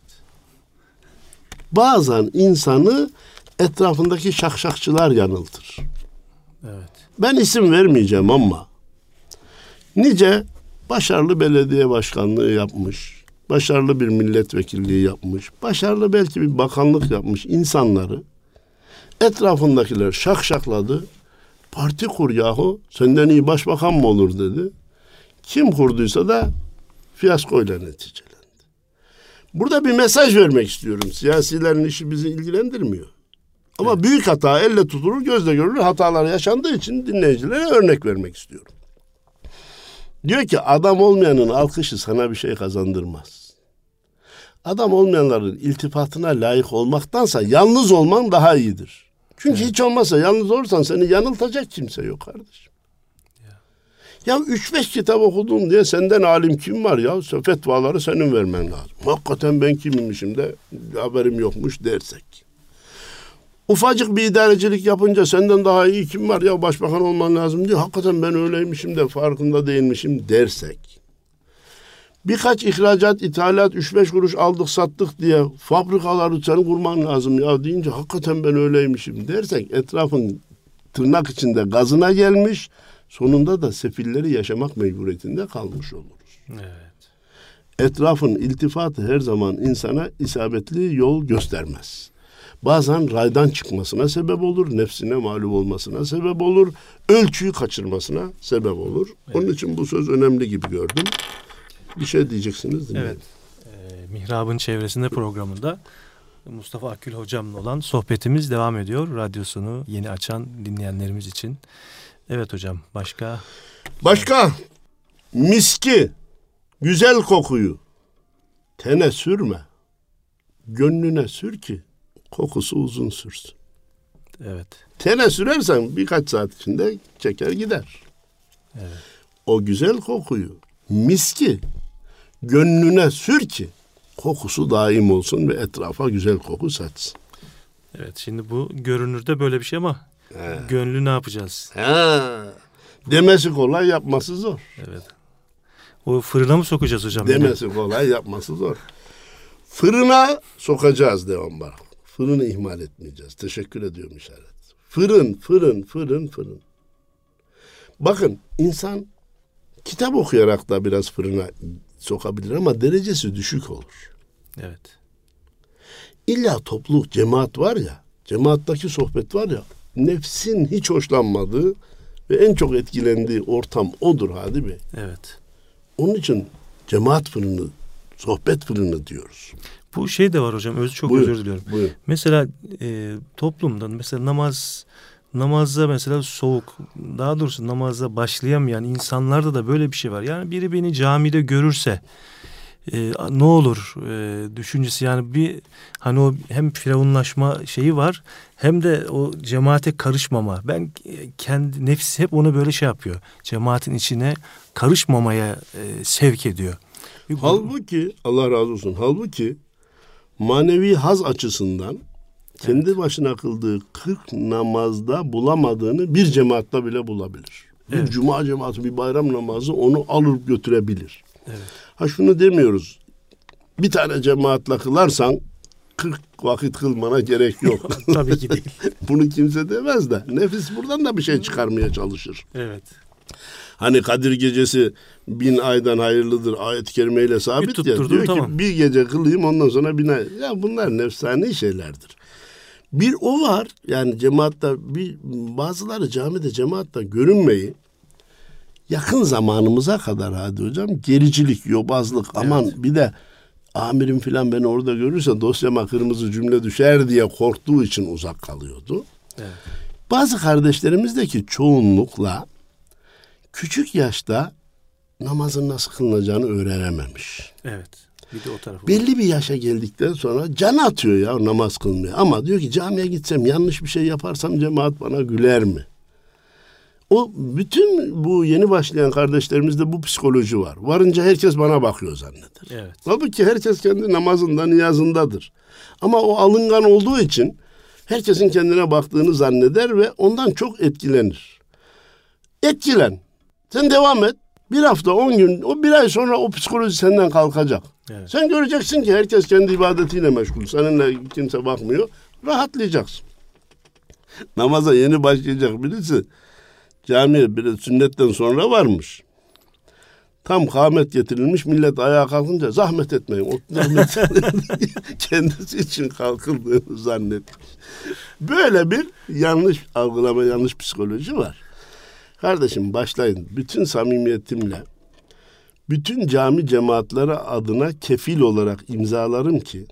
Bazen insanı etrafındaki şakşakçılar yanıltır. Evet. Ben isim vermeyeceğim ama nice başarılı belediye başkanlığı yapmış, başarılı bir milletvekilliği yapmış, başarılı belki bir bakanlık yapmış insanları Etrafındakiler şakşakladı. Parti kur yahu, senden iyi başbakan mı olur dedi. Kim kurduysa da fiyaskoyla neticelendi. Burada bir mesaj vermek istiyorum. Siyasilerin işi bizi ilgilendirmiyor. Ama evet. büyük hata elle tutulur, gözle görülür hatalar yaşandığı için dinleyicilere örnek vermek istiyorum. Diyor ki adam olmayanın alkışı sana bir şey kazandırmaz. Adam olmayanların iltifatına layık olmaktansa yalnız olman daha iyidir. Çünkü evet. hiç olmazsa yalnız olursan seni yanıltacak kimse yok kardeşim. Ya üç beş kitap okudum diye senden alim kim var ya? Fetvaları senin vermen lazım. Hakikaten ben kimmişim de haberim yokmuş dersek. Ufacık bir idarecilik yapınca senden daha iyi kim var ya başbakan olman lazım diye. Hakikaten ben öyleymişim de farkında değilmişim dersek. Birkaç ihracat, ithalat, üç beş kuruş aldık sattık diye fabrikaları senin kurman lazım ya deyince hakikaten ben öyleymişim dersek etrafın tırnak içinde gazına gelmiş, sonunda da sefilleri yaşamak mecburiyetinde kalmış oluruz. Evet. Etrafın iltifatı her zaman insana isabetli yol göstermez. Bazen raydan çıkmasına sebep olur, nefsine mağlup olmasına sebep olur, ölçüyü kaçırmasına sebep olur. Evet. Onun için bu söz önemli gibi gördüm. Bir şey diyeceksiniz değil mi? Evet. Ee, Mihrab'ın Çevresinde programında Mustafa Akgül hocamla olan sohbetimiz devam ediyor. Radyosunu yeni açan dinleyenlerimiz için. Evet hocam, başka? Başka, miski, güzel kokuyu tene sürme, gönlüne sür ki kokusu uzun sürsün. Evet. Tene sürersen birkaç saat içinde çeker gider. Evet. O güzel kokuyu, miski gönlüne sür ki kokusu daim olsun ve etrafa güzel koku saçsın. Evet, şimdi bu görünürde böyle bir şey ama He. gönlü ne yapacağız? He. Demesi kolay, yapması zor. Evet. O fırına mı sokacağız hocam? Demesi yani? kolay, yapması zor. Fırına sokacağız devam var. Fırını ihmal etmeyeceğiz. Teşekkür ediyorum işaret. Fırın, fırın, fırın, fırın. Bakın insan kitap okuyarak da biraz fırına sokabilir ama derecesi düşük olur. Evet. İlla topluluk, cemaat var ya, cemaattaki sohbet var ya, nefsin hiç hoşlanmadığı ve en çok etkilendiği ortam odur Hadi Bey. Evet. Onun için cemaat fırını, sohbet fırını diyoruz. Bu şey de var hocam, öz çok buyur, özür diliyorum. Buyur. Mesela e, toplumdan mesela namaz namazda mesela soğuk, daha doğrusu namaza başlayamayan insanlarda da böyle bir şey var. Yani biri beni camide görürse e, ne olur e, düşüncesi, yani bir hani o hem firavunlaşma şeyi var hem de o cemaate karışmama. Ben kendi nefsi hep onu böyle şey yapıyor. Cemaatin içine karışmamaya e, sevk ediyor. Halbuki Allah razı olsun. Halbuki manevi haz açısından kendi evet. başına kıldığı kırk namazda bulamadığını bir cemaatta bile bulabilir. Evet. Bir cuma cemaati, bir bayram namazı onu alıp götürebilir. Evet. Ha şunu demiyoruz. Bir tane cemaatle kılarsan kırk vakit kılmana gerek yok. Tabii ki değil. Bunu kimse demez de. Nefis buradan da bir şey çıkarmaya çalışır. Evet. Hani Kadir gecesi bin aydan hayırlıdır ayet-i kerimeyle sabit ya. Diyor tamam. ki bir gece kılayım ondan sonra bin ay. Ya bunlar nefsani şeylerdir. Bir o var yani cemaatta bir bazıları camide cemaatta görünmeyi yakın zamanımıza kadar Hadi hocam gericilik, yobazlık aman evet. bir de amirim filan beni orada görürse dosyama kırmızı cümle düşer diye korktuğu için uzak kalıyordu. Evet. Bazı kardeşlerimizdeki çoğunlukla küçük yaşta namazın nasıl kılınacağını öğrenememiş. Evet. Bir de o tarafı. Belli bir yaşa geldikten sonra can atıyor ya namaz kılmaya. Ama diyor ki camiye gitsem yanlış bir şey yaparsam cemaat bana güler mi? O bütün bu yeni başlayan kardeşlerimizde bu psikoloji var. Varınca herkes bana bakıyor zanneder. Evet. Halbuki herkes kendi namazında, niyazındadır. Ama o alıngan olduğu için herkesin kendine baktığını zanneder ve ondan çok etkilenir. Etkilen. Sen devam et. Bir hafta, on gün, o bir ay sonra o psikoloji senden kalkacak. Evet. Sen göreceksin ki herkes kendi ibadetiyle meşgul. Seninle kimse bakmıyor. Rahatlayacaksın. Namaza yeni başlayacak birisi camiye bir sünnetten sonra varmış. Tam kâhmet getirilmiş, millet ayağa kalkınca zahmet etmeyin. O zahmet kendisi için kalkıldığını zannetmiş. Böyle bir yanlış algılama, yanlış psikoloji var. Kardeşim başlayın. Bütün samimiyetimle bütün cami cemaatleri adına kefil olarak imzalarım ki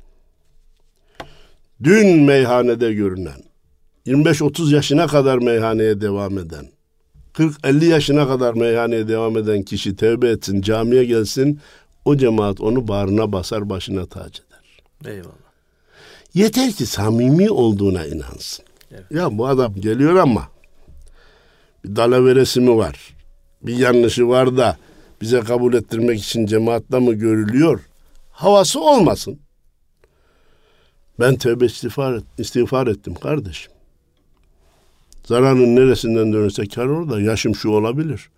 dün meyhanede görünen, yirmi beş otuz yaşına kadar meyhaneye devam eden, kırk elli yaşına kadar meyhaneye devam eden kişi tevbe etsin, camiye gelsin, o cemaat onu bağrına basar, başına tac eder. Eyvallah. Yeter ki samimi olduğuna inansın. Evet. Ya bu adam geliyor ama bir dalaveresi mi var? Bir yanlışı var da bize kabul ettirmek için cemaatle mi görülüyor? Havası olmasın. Ben tövbe istiğfar, et, istiğfar ettim kardeşim. Zararın neresinden dönürse kar orada. Yaşım şu olabilir.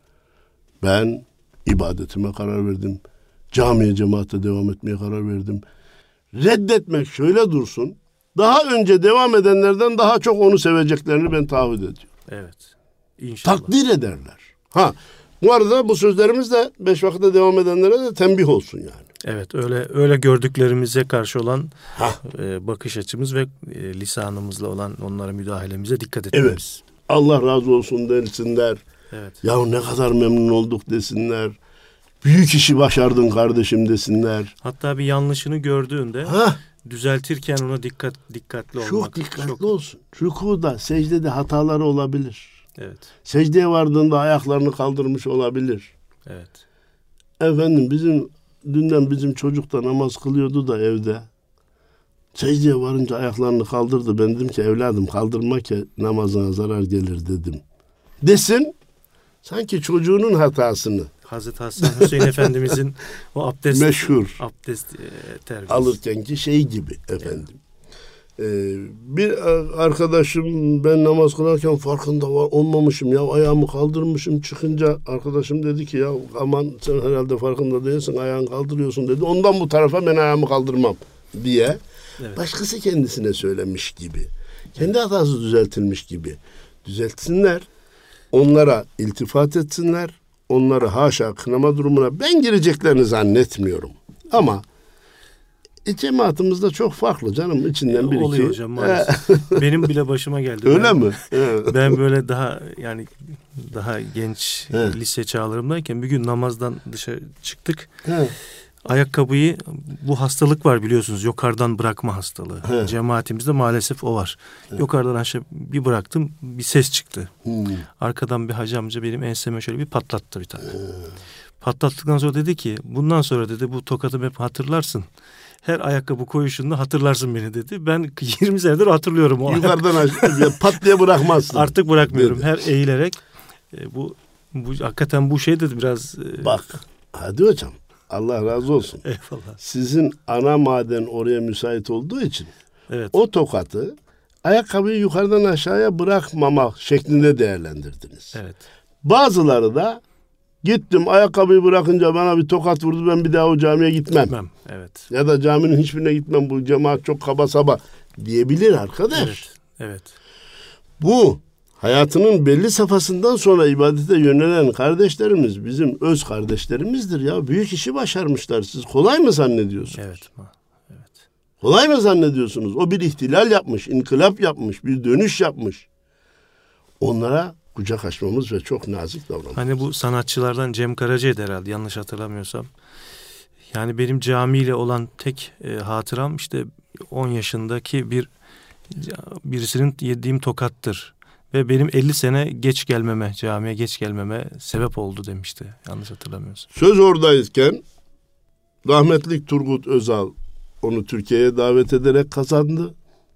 Ben ibadetime karar verdim. Camiye, cemaate devam etmeye karar verdim. Reddetmek şöyle dursun. Daha önce devam edenlerden daha çok onu seveceklerini ben taahhüt ediyorum. Evet. İnşallah. Takdir ederler. Ha, bu arada bu sözlerimiz de beş vakitte devam edenlere de tembih olsun yani. Evet, öyle öyle gördüklerimize karşı olan e, bakış açımız ve e, lisanımızla olan onlara müdahalemize dikkat etmemiz. Evet. Allah razı olsun desinler. Evet. Ya ne kadar memnun olduk desinler. Büyük işi başardın kardeşim desinler. Hatta bir yanlışını gördüğünde Ha, düzeltirken ona dikkat dikkatli olmak. çok dikkatli olsun. Rükuda, secdede hataları olabilir. Evet. Secdeye vardığında ayaklarını kaldırmış olabilir. Evet. Efendim bizim dünden bizim çocuk da namaz kılıyordu da evde. Secdeye varınca ayaklarını kaldırdı. Ben dedim ki evladım kaldırma ki namazına zarar gelir dedim. Desin sanki çocuğunun hatasını Hazreti Hasan Hüseyin Efendimizin o abdest meşhur abdest e, terbiyesi. alırkenki şey gibi efendim. Ee, bir arkadaşım ben namaz kılarken farkında var, olmamışım ya ayağımı kaldırmışım, çıkınca arkadaşım dedi ki ya aman sen herhalde farkında değilsin, ayağını kaldırıyorsun dedi. Ondan bu tarafa ben ayağımı kaldırmam diye. Evet. Başkası kendisine söylemiş gibi. Kendi hatası düzeltilmiş gibi. Düzeltsinler. Onlara iltifat etsinler. Onları haşa kınama durumuna ben gireceklerini zannetmiyorum. Ama e, cemaatimizde çok farklı canım. İçinden bir iki. Oluyor hocam maalesef. Benim bile başıma geldi. Öyle ben, mi? Ben böyle daha yani daha genç evet. lise çağlarımdayken bir gün namazdan dışarı çıktık. Evet. Ayakkabıyı, bu hastalık var biliyorsunuz, yukarıdan bırakma hastalığı. He. Cemaatimizde maalesef o var. He. Yukarıdan aşağı bir bıraktım, bir ses çıktı. Hmm. Arkadan bir hacı amca benim enseme şöyle bir patlattı bir tane. He. Patlattıktan sonra dedi ki, bundan sonra dedi bu tokatımı hep hatırlarsın. Her ayakkabı koyuşunda hatırlarsın beni dedi. Ben yirmi senedir hatırlıyorum o yukarıdan aşağı pat diye bırakmazsın. Artık bırakmıyorum. Dedi. Her eğilerek e, bu bu hakikaten bu şey dedi biraz. E, Bak hadi hocam. Allah razı olsun. Eyvallah. Sizin ana maden oraya müsait olduğu için evet. o tokatı ayakkabıyı yukarıdan aşağıya bırakmamak şeklinde değerlendirdiniz. Evet. Bazıları da gittim ayakkabıyı bırakınca bana bir tokat vurdu, ben bir daha o camiye gitmem. Gitmem. Evet. Ya da caminin hiçbirine gitmem, bu cemaat çok kaba saba diyebilir arkadaş. Evet. Evet. Bu hayatının belli safhasından sonra ibadete yönelen kardeşlerimiz bizim öz kardeşlerimizdir ya. Büyük işi başarmışlar. Siz kolay mı zannediyorsunuz? Evet. Evet. Kolay mı zannediyorsunuz? O bir ihtilal yapmış, inkılap yapmış, bir dönüş yapmış. Onlara kucak açmamız ve çok nazik davranmamız. Hani bu sanatçılardan Cem Karaca'ydı herhalde, yanlış hatırlamıyorsam. Yani benim camiyle olan tek e, hatıram işte on yaşındaki bir birisinin yediğim tokattır. Ve benim elli sene geç gelmeme, camiye geç gelmeme sebep oldu demişti. Yanlış hatırlamıyorsam. Söz oradayken rahmetli Turgut Özal onu Türkiye'ye davet ederek kazandı.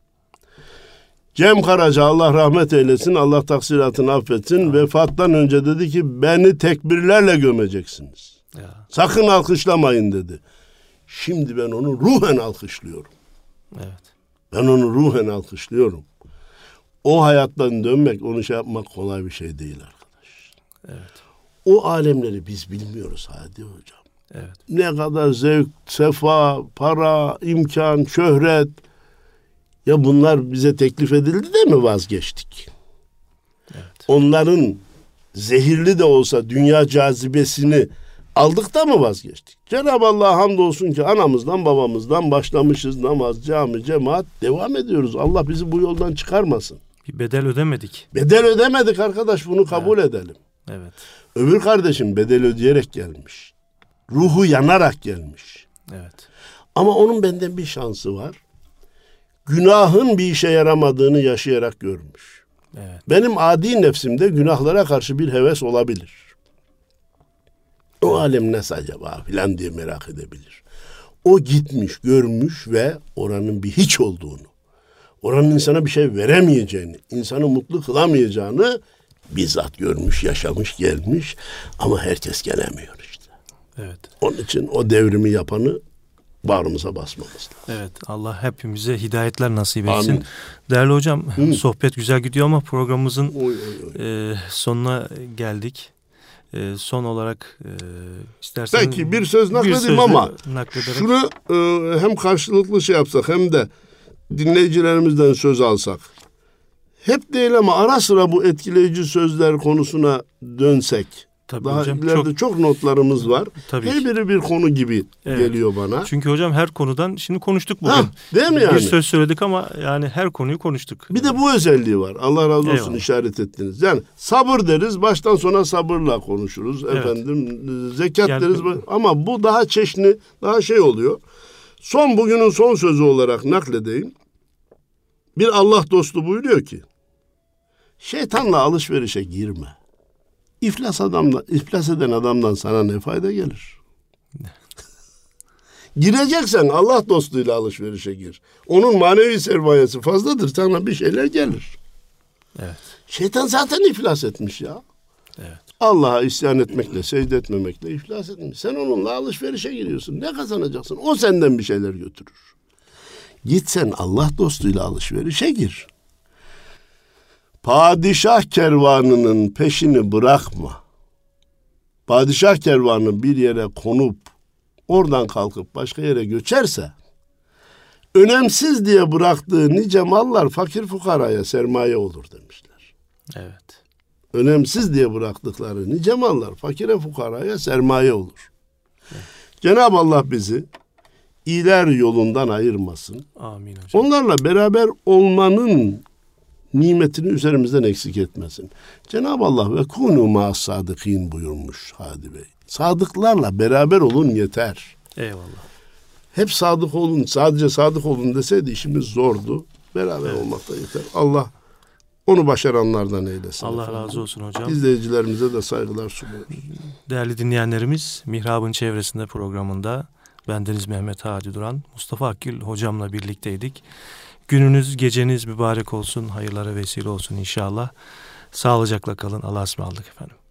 Cem Karaca Allah rahmet eylesin, Allah taksiratını affetsin. Ha. Vefattan önce dedi ki beni tekbirlerle gömeceksiniz. Ya. Sakın alkışlamayın dedi. Şimdi ben onu ruhen alkışlıyorum. Evet. Ben onu ruhen alkışlıyorum. O hayattan dönmek, onu şey yapmak kolay bir şey değil arkadaş. Evet. O alemleri biz bilmiyoruz Hadi hocam. Evet. Ne kadar zevk, sefa, para, imkan, şöhret. Ya bunlar bize teklif edildi de mi vazgeçtik? Evet. Onların zehirli de olsa dünya cazibesini Aldık da mı vazgeçtik? Cenab-ı Allah'a hamdolsun ki anamızdan babamızdan başlamışız. Namaz, cami, cemaat devam ediyoruz. Allah bizi bu yoldan çıkarmasın. Bir bedel ödemedik. Bedel ödemedik arkadaş, bunu kabul evet. edelim. Evet. Öbür kardeşim bedel ödeyerek gelmiş. Ruhu yanarak gelmiş. Evet. Ama onun benden bir şansı var. Günahın bir işe yaramadığını yaşayarak görmüş. Evet. Benim adi nefsimde günahlara karşı bir heves olabilir. O alem nasıl acaba filan diye merak edebilir. O gitmiş, görmüş ve oranın bir hiç olduğunu, oranın insana bir şey veremeyeceğini, insanı mutlu kılamayacağını bizzat görmüş, yaşamış, gelmiş. Ama herkes gelemiyor işte. Evet. Onun için o devrimi yapanı bağrımıza basmamız lazım. Evet, Allah hepimize hidayetler nasip etsin. Amin. Değerli hocam, Hı. sohbet güzel gidiyor ama programımızın Oy, oy, oy. e, sonuna geldik. E, son olarak e, isterseniz... Peki bir söz nakledeyim sözle ama naklederek... şunu e, hem karşılıklı şey yapsak hem de dinleyicilerimizden söz alsak. Hep değil ama ara sıra bu etkileyici sözler konusuna dönsek. Tabii Daha hocam, ileride çok, çok notlarımız var. Tabii her ki. biri bir konu gibi Evet. geliyor bana. Çünkü hocam her konudan şimdi konuştuk bugün. Ha, değil mi yani? Bir söz söyledik ama yani her konuyu konuştuk. Bir de bu özelliği var. Allah razı olsun, Eyvallah. işaret ettiniz. Yani sabır deriz, baştan sona sabırla konuşuruz. Evet. Efendim zekat Yani- deriz ama bu daha çeşni, daha şey oluyor. Son bugünün son sözü olarak nakledeyim. Bir Allah dostu buyuruyor ki, şeytanla alışverişe girme. İflas adamla, iflas eden adamdan sana ne fayda gelir? Gireceksen Allah dostuyla alışverişe gir. Onun manevi sermayesi fazladır. Sana bir şeyler gelir. Evet. Şeytan zaten iflas etmiş ya. Evet. Allah'a isyan etmekle, secde etmemekle iflas etmiş. Sen onunla alışverişe giriyorsun. Ne kazanacaksın? O senden bir şeyler götürür. Git sen Allah dostuyla alışverişe gir. Padişah kervanının peşini bırakma. Padişah kervanı bir yere konup oradan kalkıp başka yere göçerse önemsiz diye bıraktığı nice mallar fakir fukaraya sermaye olur demişler. Evet. Önemsiz diye bıraktıkları nice mallar fakire fukaraya sermaye olur. Evet. Cenab-ı Allah bizi iyiler yolundan ayırmasın. Amin hocam. Onlarla beraber olmanın nimetini üzerimizden eksik etmesin. Cenab-ı Allah ve kunu ma'as sadıkîn buyurmuş Hadi Bey. Sadıklarla beraber olun yeter. Eyvallah. Hep sadık olun, sadece sadık olun deseydi işimiz zordu. Beraber Evet. olmak da yeter. Allah onu başaranlardan eylesin. Allah efendim. razı olsun hocam. İzleyicilerimize de saygılar sunuyoruz. Değerli dinleyenlerimiz, Mihrab'ın Çevresinde programında bendeniz Mehmet Hadi Duran, Mustafa Akgül hocamla birlikteydik. Gününüz, geceniz mübarek olsun, hayırlara vesile olsun inşallah. Sağlıcakla kalın. Allah'a ısmarladık efendim.